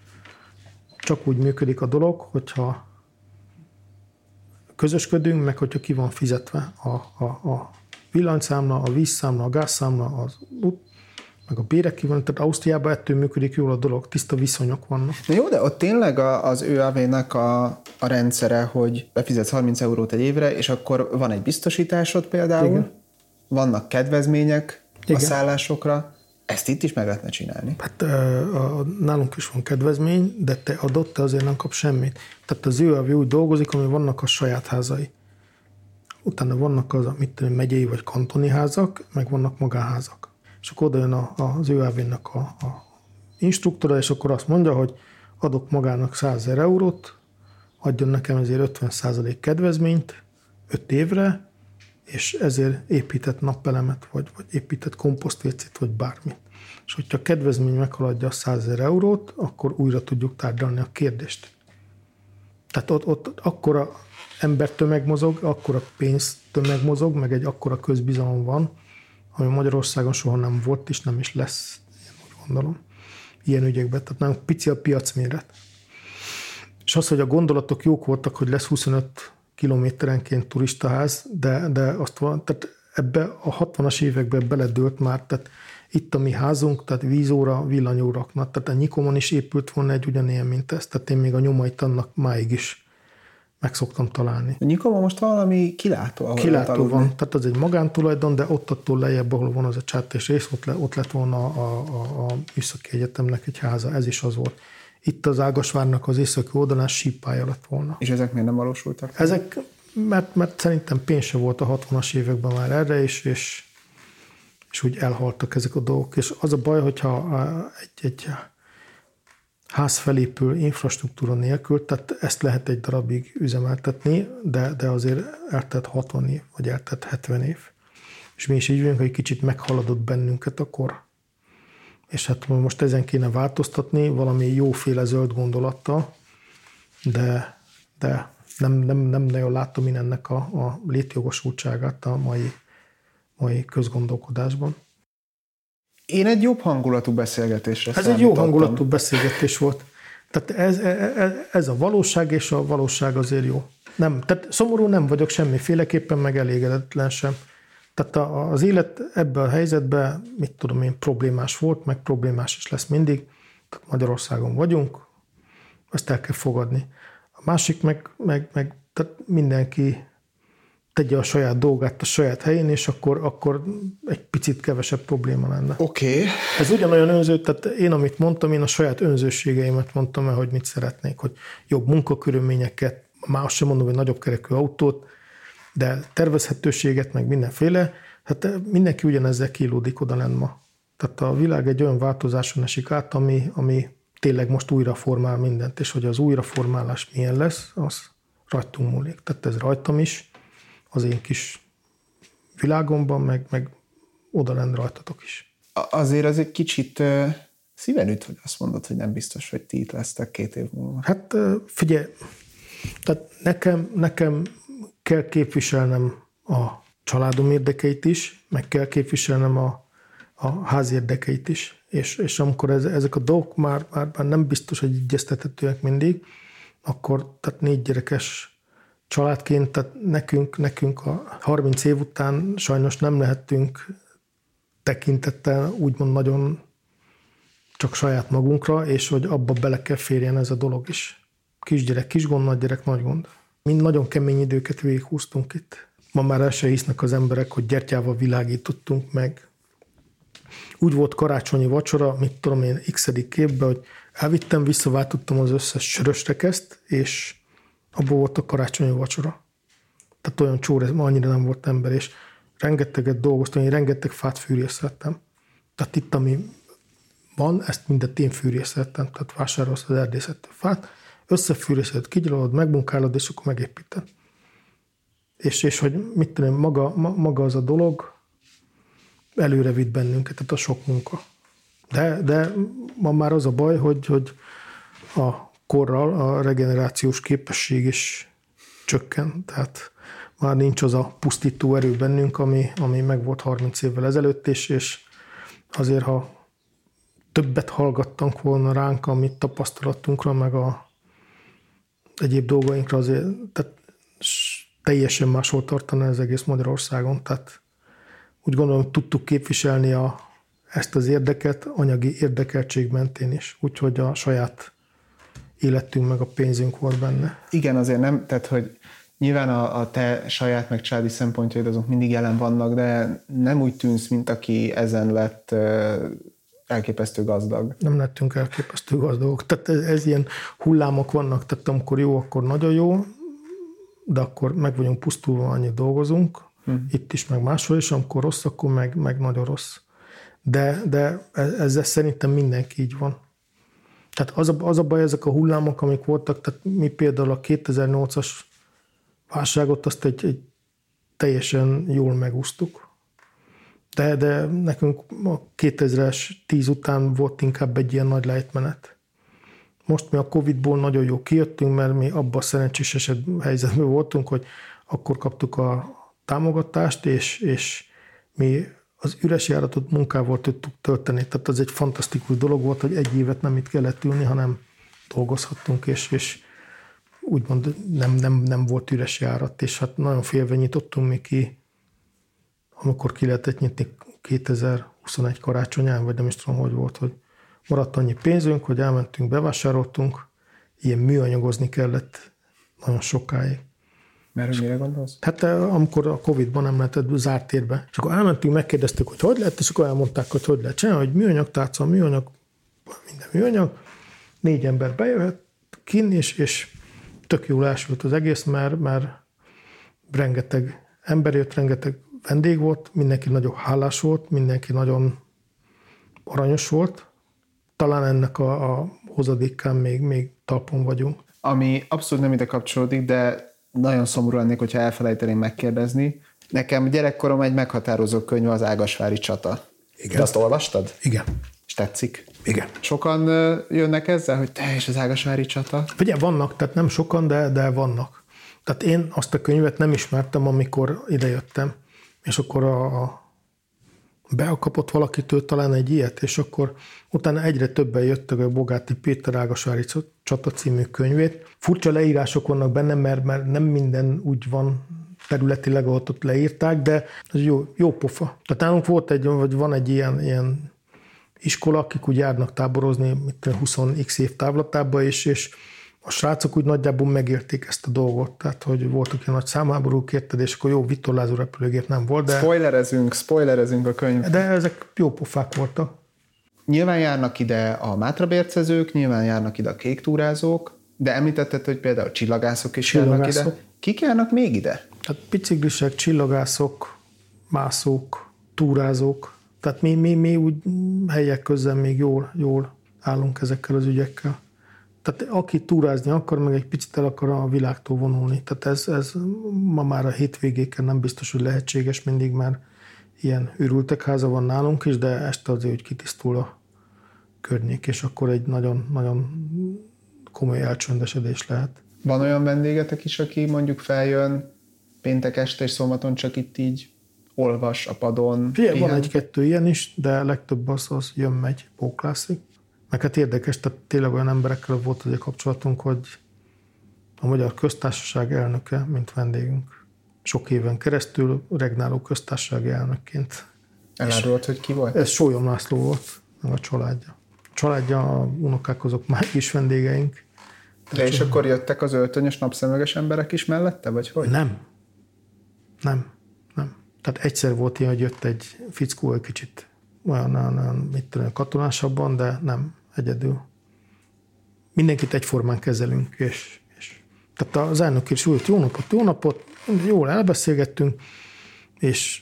csak úgy működik a dolog, hogyha közösködünk, meg hogyha ki van fizetve a, a, a villanyszámla, a vízszámla, a gázszámla, az út, meg a bérek ki van. Tehát Ausztriában ettől működik jól a dolog, tiszta viszonyok vannak. Na jó, de ott tényleg az ÖAV-nek a, a rendszere, hogy befizetsz harminc eurót egy évre, és akkor van egy biztosításod például, igen. Vannak kedvezmények igen. A szállásokra, ezt itt is meg lehetne csinálni. Hát a, a, nálunk is van kedvezmény, de te adott, te azért nem kap semmit. Tehát az ÖAV úgy dolgozik, ami vannak a saját házai. Utána vannak az, mit tudom, megyei vagy kantoni házak, meg vannak magánházak. És akkor oda jön a, az ÖAV-nek a, a instruktora, és akkor azt mondja, hogy adok magának százezer eurót, adjon nekem ezért ötven százalék kedvezményt öt évre, és ezért épített napelemet, vagy, vagy épített komposztvécét, vagy bármit. És hogyha a kedvezmény meghaladja a százezer eurót, akkor újra tudjuk tárgyalni a kérdést. Tehát ott, ott akkora embertömeg mozog, akkora pénztömeg mozog, meg egy akkora közbizalom van, ami Magyarországon soha nem volt, és nem is lesz, én úgy gondolom, ilyen ügyekben. Tehát nem pici a piacméret. És az, hogy a gondolatok jók voltak, hogy lesz huszonöt kilométerenként turistaház, de, de azt van, tehát ebbe a hatvanas években beledőlt már, tehát itt a mi házunk, tehát vízóra, villanyóraknak, tehát a Nyikomon is épült volna egy ugyanilyen, mint ez, tehát én még a nyomait annak máig is meg szoktam találni. A Nyikomon most valami kilátó, ahol kilátó van, tehát az egy magántulajdon, de ott attól lejjebb, ahol van az a csátés rész, ott, le, ott lett volna a, a, a Műszaki Egyetemnek egy háza, ez is az volt. Itt az Ágasvárnak az északi oldalán síppálya lett volna. És ezek miért nem valósultak? Ezek, mert, mert szerintem pénz se volt a hatvanas években már erre, és, és, és úgy elhaltak ezek a dolgok. És az a baj, hogyha egy, egy ház felépül infrastruktúra nélkül, tehát ezt lehet egy darabig üzemeltetni, de, de azért eltelt hatvan év, vagy eltelt hetven év. És mi is így vagyunk, hogy kicsit meghaladott bennünket a kor. És hát most ezen kéne változtatni valami jóféle zöld gondolattal, de, de nem, nem, nem nagyon látom én ennek a, a létjogosultságát a mai, mai közgondolkodásban. Én egy jobb hangulatú beszélgetésre Ez egy jó hangulatú beszélgetés volt. Tehát ez, ez, ez a valóság, és a valóság azért jó. Nem, tehát szomorú nem vagyok semmiféleképpen, meg elégedetlen sem. Tehát az élet ebben a helyzetben, mit tudom én, problémás volt, meg problémás is lesz mindig. Tehát Magyarországon vagyunk, ezt el kell fogadni. A másik meg, meg, meg tehát mindenki tegye a saját dolgát a saját helyén, és akkor, akkor egy picit kevesebb probléma lenne. Oké. Okay. Ez ugyanolyan önző, tehát én, amit mondtam, én a saját önzőségeimet mondtam el, hogy mit szeretnék, hogy jobb munkakörülményeket, már azt sem mondom, hogy nagyobb kerekű autót, de tervezhetőséget, meg mindenféle, hát mindenki ugyanezzel kilódik oda lenne ma. Tehát a világ egy olyan változáson esik át, ami, ami tényleg most újra formál mindent, és hogy az újraformálás milyen lesz, az rajtunk múlik. Tehát ez rajtam is, az én kis világomban, meg, meg oda lenne rajtatok is. Azért az egy kicsit uh, szíven üt, hogy azt mondod, hogy nem biztos, hogy ti itt lesztek két év múlva. Hát uh, figyelj, tehát nekem, nekem kell képviselnem a családom érdekeit is, meg kell képviselnem a, a ház érdekeit is. És, és amikor ez, ezek a dolgok már, már, már nem biztos, hogy egyeztethetőek mindig, akkor tehát négy gyerekes családként, tehát nekünk, nekünk a harminc év után sajnos nem lehetünk tekintettel úgymond nagyon csak saját magunkra, és hogy abba bele kell férjen ez a dolog is. Kisgyerek, kis gond, nagygyerek, nagy gond. Mind nagyon kemény időket végighúztunk itt. Ma már el se hisznek az emberek, hogy gyertyával világítottunk meg. Úgy volt karácsonyi vacsora, mit tudom én, x-edik képben, hogy elvittem, visszaváltottam az összes sörösrekeszt, és abból volt a karácsonyi vacsora. Tehát olyan csór, annyira nem volt ember, és rengeteget dolgoztam, én rengeteg fát fűrészeltem. Tehát itt, ami van, ezt mindet én fűrészeltem, tehát vásárolsz az erdészettől fát, összefűrészed, kigyalod, megmunkálod, és akkor megépíted. És, és hogy mit tudom, maga, maga az a dolog előre vitt bennünket, tehát a sok munka. De, de ma már az a baj, hogy, hogy a korral a regenerációs képesség is csökken, tehát már nincs az a pusztító erő bennünk, ami, ami meg volt harminc évvel ezelőtt, és, és azért, ha többet hallgattank volna ránk, amit tapasztalatunkra, meg a egyéb dolgainkra, azért tehát teljesen máshol tartana az egész Magyarországon. Tehát úgy gondolom, hogy tudtuk képviselni a, ezt az érdeket anyagi érdekeltség mentén is, úgyhogy a saját életünk meg a pénzünk volt benne. Igen, azért nem, tehát hogy nyilván a, a te saját meg családi szempontjaid azok mindig jelen vannak, de nem úgy tűnsz, mint aki ezen lett elképesztő gazdag. Nem lettünk elképesztő gazdagok. Tehát ez, ez ilyen hullámok vannak, tehát amikor jó, akkor nagyon jó, de akkor meg vagyunk pusztulva, annyit dolgozunk, hmm. itt is, meg máshol is, amikor rossz, akkor meg, meg nagyon rossz. De, de ezzel szerintem mindenki így van. Tehát az a, az a baj, ezek a hullámok, amik voltak, tehát mi például a kétezer-nyolcas válságot azt egy, egy teljesen jól megúsztuk. De, de nekünk a kétezres tíz után volt inkább egy ilyen nagy lejtmenet. Most mi a Covidból nagyon jó kijöttünk, mert mi abban a szerencsés eset helyzetben voltunk, hogy akkor kaptuk a támogatást, és, és mi az üres járatot munkával tudtuk tölteni. Tehát az egy fantasztikus dolog volt, hogy egy évet nem itt kellett ülni, hanem dolgozhattunk, és, és úgymond nem, nem, nem volt üres járat, és hát nagyon félve nyitottunk mi ki, amikor ki lehetett nyitni kétezer-huszonegy karácsonyán, vagy nem is tudom, hogy volt, hogy maradt annyi pénzünk, hogy elmentünk, bevásároltunk, ilyen műanyagozni kellett nagyon sokáig. Mert hogy mire gondolsz? Hát amikor a Covidban nem lehetett zárt térbe. És akkor elmentünk, megkérdeztük, hogy hogy lehet, és akkor elmondták, hogy hogy lehet csinálni, hogy műanyag tárca, műanyag, minden műanyag, négy ember bejöhet kinn, és, és tök jól elsült az egész, mert, mert rengeteg ember jött, rengeteg vendég volt, mindenki nagyon hálás volt, mindenki nagyon aranyos volt. Talán ennek a, a hozadékán még, még talpon vagyunk. Ami abszolút nem ide kapcsolódik, de nagyon szomorú lennék, hogyha elfelejteném megkérdezni. Nekem gyerekkorom egy meghatározó könyv az Ágasvári csata. Igen. De azt olvastad? Igen. És tetszik? Igen. Sokan jönnek ezzel, hogy te és az Ágasvári csata? Ugye vannak, tehát nem sokan, de, de vannak. Tehát én azt a könyvet nem ismertem, amikor idejöttem, és akkor a, a beakapott valakitől talán egy ilyet, és akkor utána egyre többen jöttek a Bogáti Péter Ágasvári csata című könyvét. Furcsa leírások vannak benne, mert, mert nem minden úgy van területileg, ahol ott leírták, de ez jó, jó pofa. Tehát nálunk volt egy, vagy van egy ilyen, ilyen iskola, akik úgy járnak táborozni, mint húsz x év távlatában, és, és a srácok úgy nagyjából megérték ezt a dolgot, tehát hogy voltak ilyen nagy számháborúk, érted, és akkor jó vitorlázó repülőgép nem volt, de... Spoilerezünk, spoilerezünk a könyv. De ezek jó pofák voltak. Nyilván járnak ide a mátrabércezők, nyilván járnak ide a kéktúrázók, de említetted, hogy például csillagászok is csillagászok. járnak ide. Kik járnak még ide? Tehát biciklisek, csillagászok, mászók, túrázók. Tehát mi, mi, mi úgy helyek közben még jól, jól állunk ezekkel az ügyekkel. Tehát aki túrázni akar, meg egy picit el akar a világtól vonulni. Tehát ez, ez ma már a hétvégéken nem biztos, hogy lehetséges mindig, mert ilyen őrültek háza van nálunk is, de este azért, hogy kitisztul a környék, és akkor egy nagyon, nagyon komoly elcsöndesedés lehet. Van olyan vendégetek is, aki mondjuk feljön péntek este és szombaton csak itt így olvas a padon? Ilyen, van egy-kettő ilyen is, de legtöbb az, az jön-megy, póklászik. Meg hát érdekes, tehát tényleg olyan emberekkel volt az egy kapcsolatunk, hogy a Magyar Köztársaság elnöke, mint vendégünk. Sok éven keresztül regnáló köztársasági elnökként. Elárulod, hogy ki volt? Ez Sólyom László volt, meg a családja. A családja, a unokák azok már is vendégeink. De és akkor jöttek az öltönyös, napszemüveges emberek is mellette, vagy hogy? Nem. Nem. Nem. Tehát egyszer volt ilyen, hogy jött egy fickó, egy kicsit olyan, olyan mit tudom, katonásabban, de nem egyedül. Mindenkit egyformán kezelünk, és, és tehát az elnök is úgy, jó napot, jó napot, jól elbeszélgettünk, és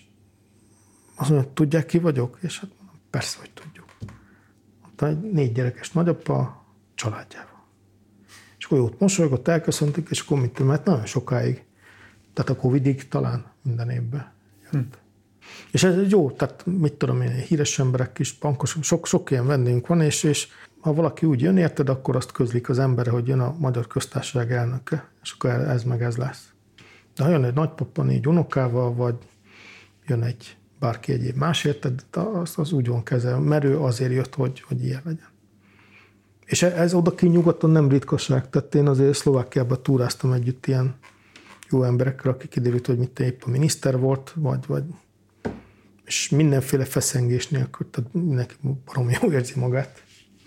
azt mondja, tudják, ki vagyok? És hát persze, hogy tudjuk. Mondta, egy négy gyerekes nagyapa családjával. És akkor jót mosolygott, elköszöntük, és akkor mit mert nagyon sokáig. Tehát a Covidig talán minden évben jött. Hm. És ez jó, tehát mit tudom én, híres emberek is, bankosok, sok, sok ilyen vendégünk van, és, és ha valaki úgy jön, érted, akkor azt közlik az emberre, hogy jön a Magyar Köztársaság elnöke, és akkor ez meg ez lesz. De ha jön egy nagypapa négy unokával, vagy jön egy bárki egyéb más, érted, az, az úgy van kezel, mert ő azért jött, hogy, hogy ilyen legyen. És ez odaki nyugaton nem ritkaság, tehát én azért Szlovákiában túráztam együtt ilyen jó emberekkel, akik kiderült, hogy mit épp a miniszter volt, vagy, vagy és mindenféle feszengés nélkül, tehát mindenki baromi jól érzi magát.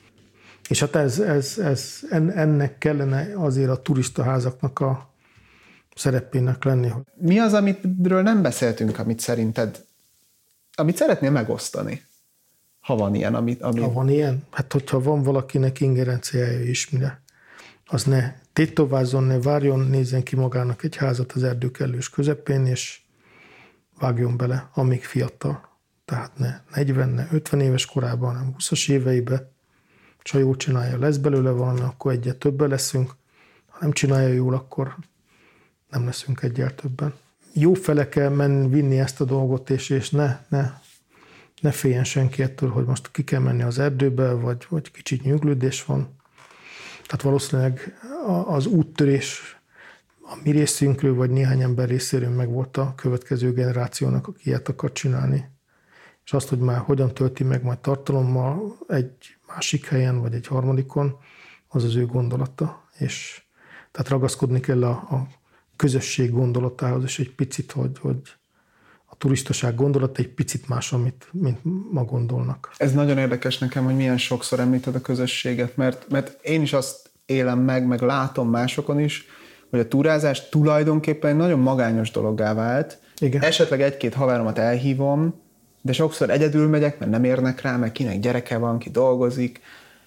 És hát ez, ez, ez, ennek kellene azért a turistaházaknak a szerepének lenni. Mi az, amitről nem beszéltünk, amit szerinted, amit szeretnél megosztani? Ha van ilyen, amit... amit... Ha van ilyen? Hát hogyha van valakinek ingerenciája is, mire, az ne tétovázzon, ne várjon, nézzen ki magának egy házat az erdő kellős közepén, és vágjon bele, amíg fiatal. Tehát ne negyven, ne ötven éves korában, hanem húszas éveiben. Ha jól csinálja, lesz belőle valami, akkor egyet többen leszünk. Ha nem csinálja jól, akkor nem leszünk egyel többen. Jó fele kell menni, vinni ezt a dolgot, és, és ne, ne, ne féljen senki ettől, hogy most ki kell menni az erdőbe, vagy, vagy kicsit nyuglődés van. Tehát valószínűleg az úttörés a mi részünkről, vagy néhány ember részéről meg volt a következő generációnak, aki ilyet akar csinálni. És azt, hogy már hogyan tölti meg majd tartalommal egy másik helyen, vagy egy harmadikon, az az ő gondolata. És tehát ragaszkodni kell a, a közösség gondolatához, és egy picit, hogy, hogy a turistaság gondolata egy picit más, amit, mint ma gondolnak. Ez nagyon érdekes nekem, hogy milyen sokszor említed a közösséget, mert, mert én is azt élem meg, meg látom másokon is, hogy a túrázás tulajdonképpen egy nagyon magányos dologgá vált. Igen. Esetleg egy-két haveromat elhívom, de sokszor egyedül megyek, mert nem érnek rá, meg kinek gyereke van, ki dolgozik,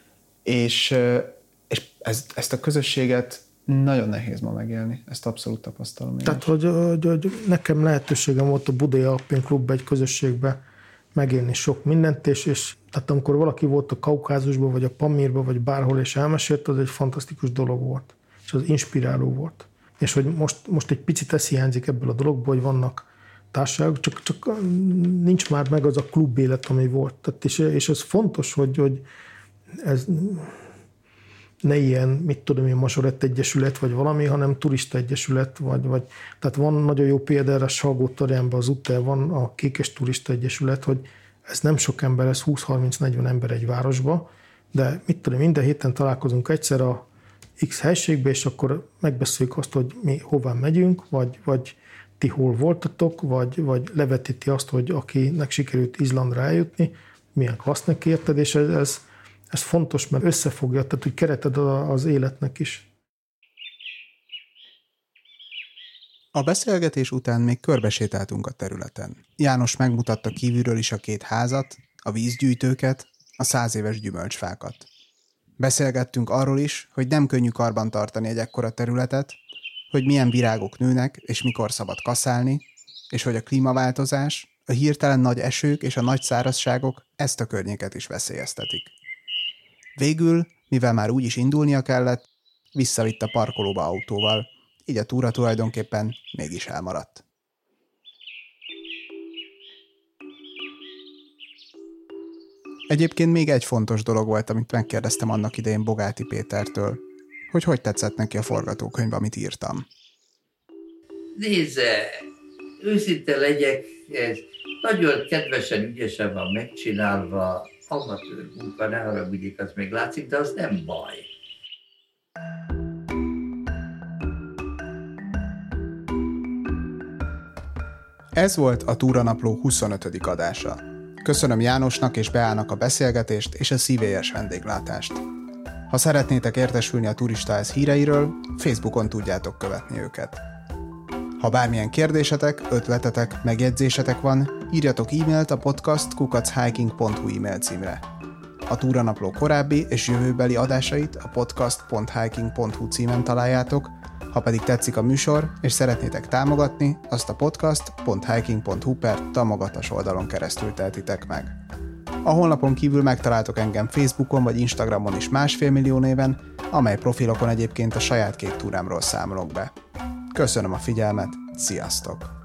és, és ez, ezt a közösséget nagyon nehéz ma megélni. Ezt abszolút tapasztalom. Tehát, hogy, hogy, hogy nekem lehetőségem volt a Budai Alpin Klubban egy közösségben megélni sok mindent, és, és tehát amikor valaki volt a Kaukázusban, vagy a Pamírban, vagy bárhol, és elmesélt, az egy fantasztikus dolog volt. És az inspiráló volt. És hogy most, most egy picit ez hiányzik ebből a dologból, hogy vannak társaságok, csak, csak nincs már meg az a klubélet, ami volt. Tehát és, és ez fontos, hogy, hogy ez ne ilyen, mit tudom én, Mazsorett Egyesület, vagy valami, hanem turista egyesület, vagy, vagy tehát van nagyon jó példa erre a Salgó-Tarjánban az úttel van a Kékes Turista Egyesület, hogy ez nem sok ember, ez húsz-harminc-negyven ember egy városba, de mit tudom, minden héten találkozunk egyszer a X helységbe, és akkor megbeszéljük azt, hogy mi hová megyünk, vagy, vagy ti hol voltatok, vagy, vagy levetíti azt, hogy akinek sikerült Izlandra eljutni, milyen klassz neki, érted, és ez, ez, ez fontos, mert összefogja, tehát hogy kereted az életnek is. A beszélgetés után még körbesétáltunk a területen. János megmutatta kívülről is a két házat, a vízgyűjtőket, a száz éves gyümölcsfákat. Beszélgettünk arról is, hogy nem könnyű karban tartani egy ekkora területet, hogy milyen virágok nőnek, és mikor szabad kaszálni, és hogy a klímaváltozás, a hirtelen nagy esők és a nagy szárazságok ezt a környéket is veszélyeztetik. Végül, mivel már úgyis indulnia kellett, visszavitt a parkolóba autóval, így a túra tulajdonképpen mégis elmaradt. Egyébként még egy fontos dolog volt, amit megkérdeztem annak idején Bogáti Pétertől, hogy hogy tetszett neki a forgatókönyv, amit írtam. Nézze, őszinte legyek, ez nagyon kedvesen, ügyesen van megcsinálva, amatőr munka, ne haragudjék, az még látszik, de az nem baj. Ez volt a Túranapló huszonötödik adása. Köszönöm Jánosnak és Beának a beszélgetést és a szívélyes vendéglátást. Ha szeretnétek értesülni a Turistaház híreiről, Facebookon tudjátok követni őket. Ha bármilyen kérdésetek, ötletetek, megjegyzésetek van, írjatok e-mailt a podcast kukac hiking pont hu e-mail címre. A túranapló korábbi és jövőbeli adásait a podcast pont hiking pont hu címen találjátok, ha pedig tetszik a műsor és szeretnétek támogatni, azt a podcast pont hiking pont hu per támogatás oldalon keresztül tehetitek meg. A honlapon kívül megtaláltok engem Facebookon vagy Instagramon is másfél millió néven, amely profilokon egyébként a saját kék túrámról számolok be. Köszönöm a figyelmet, sziasztok!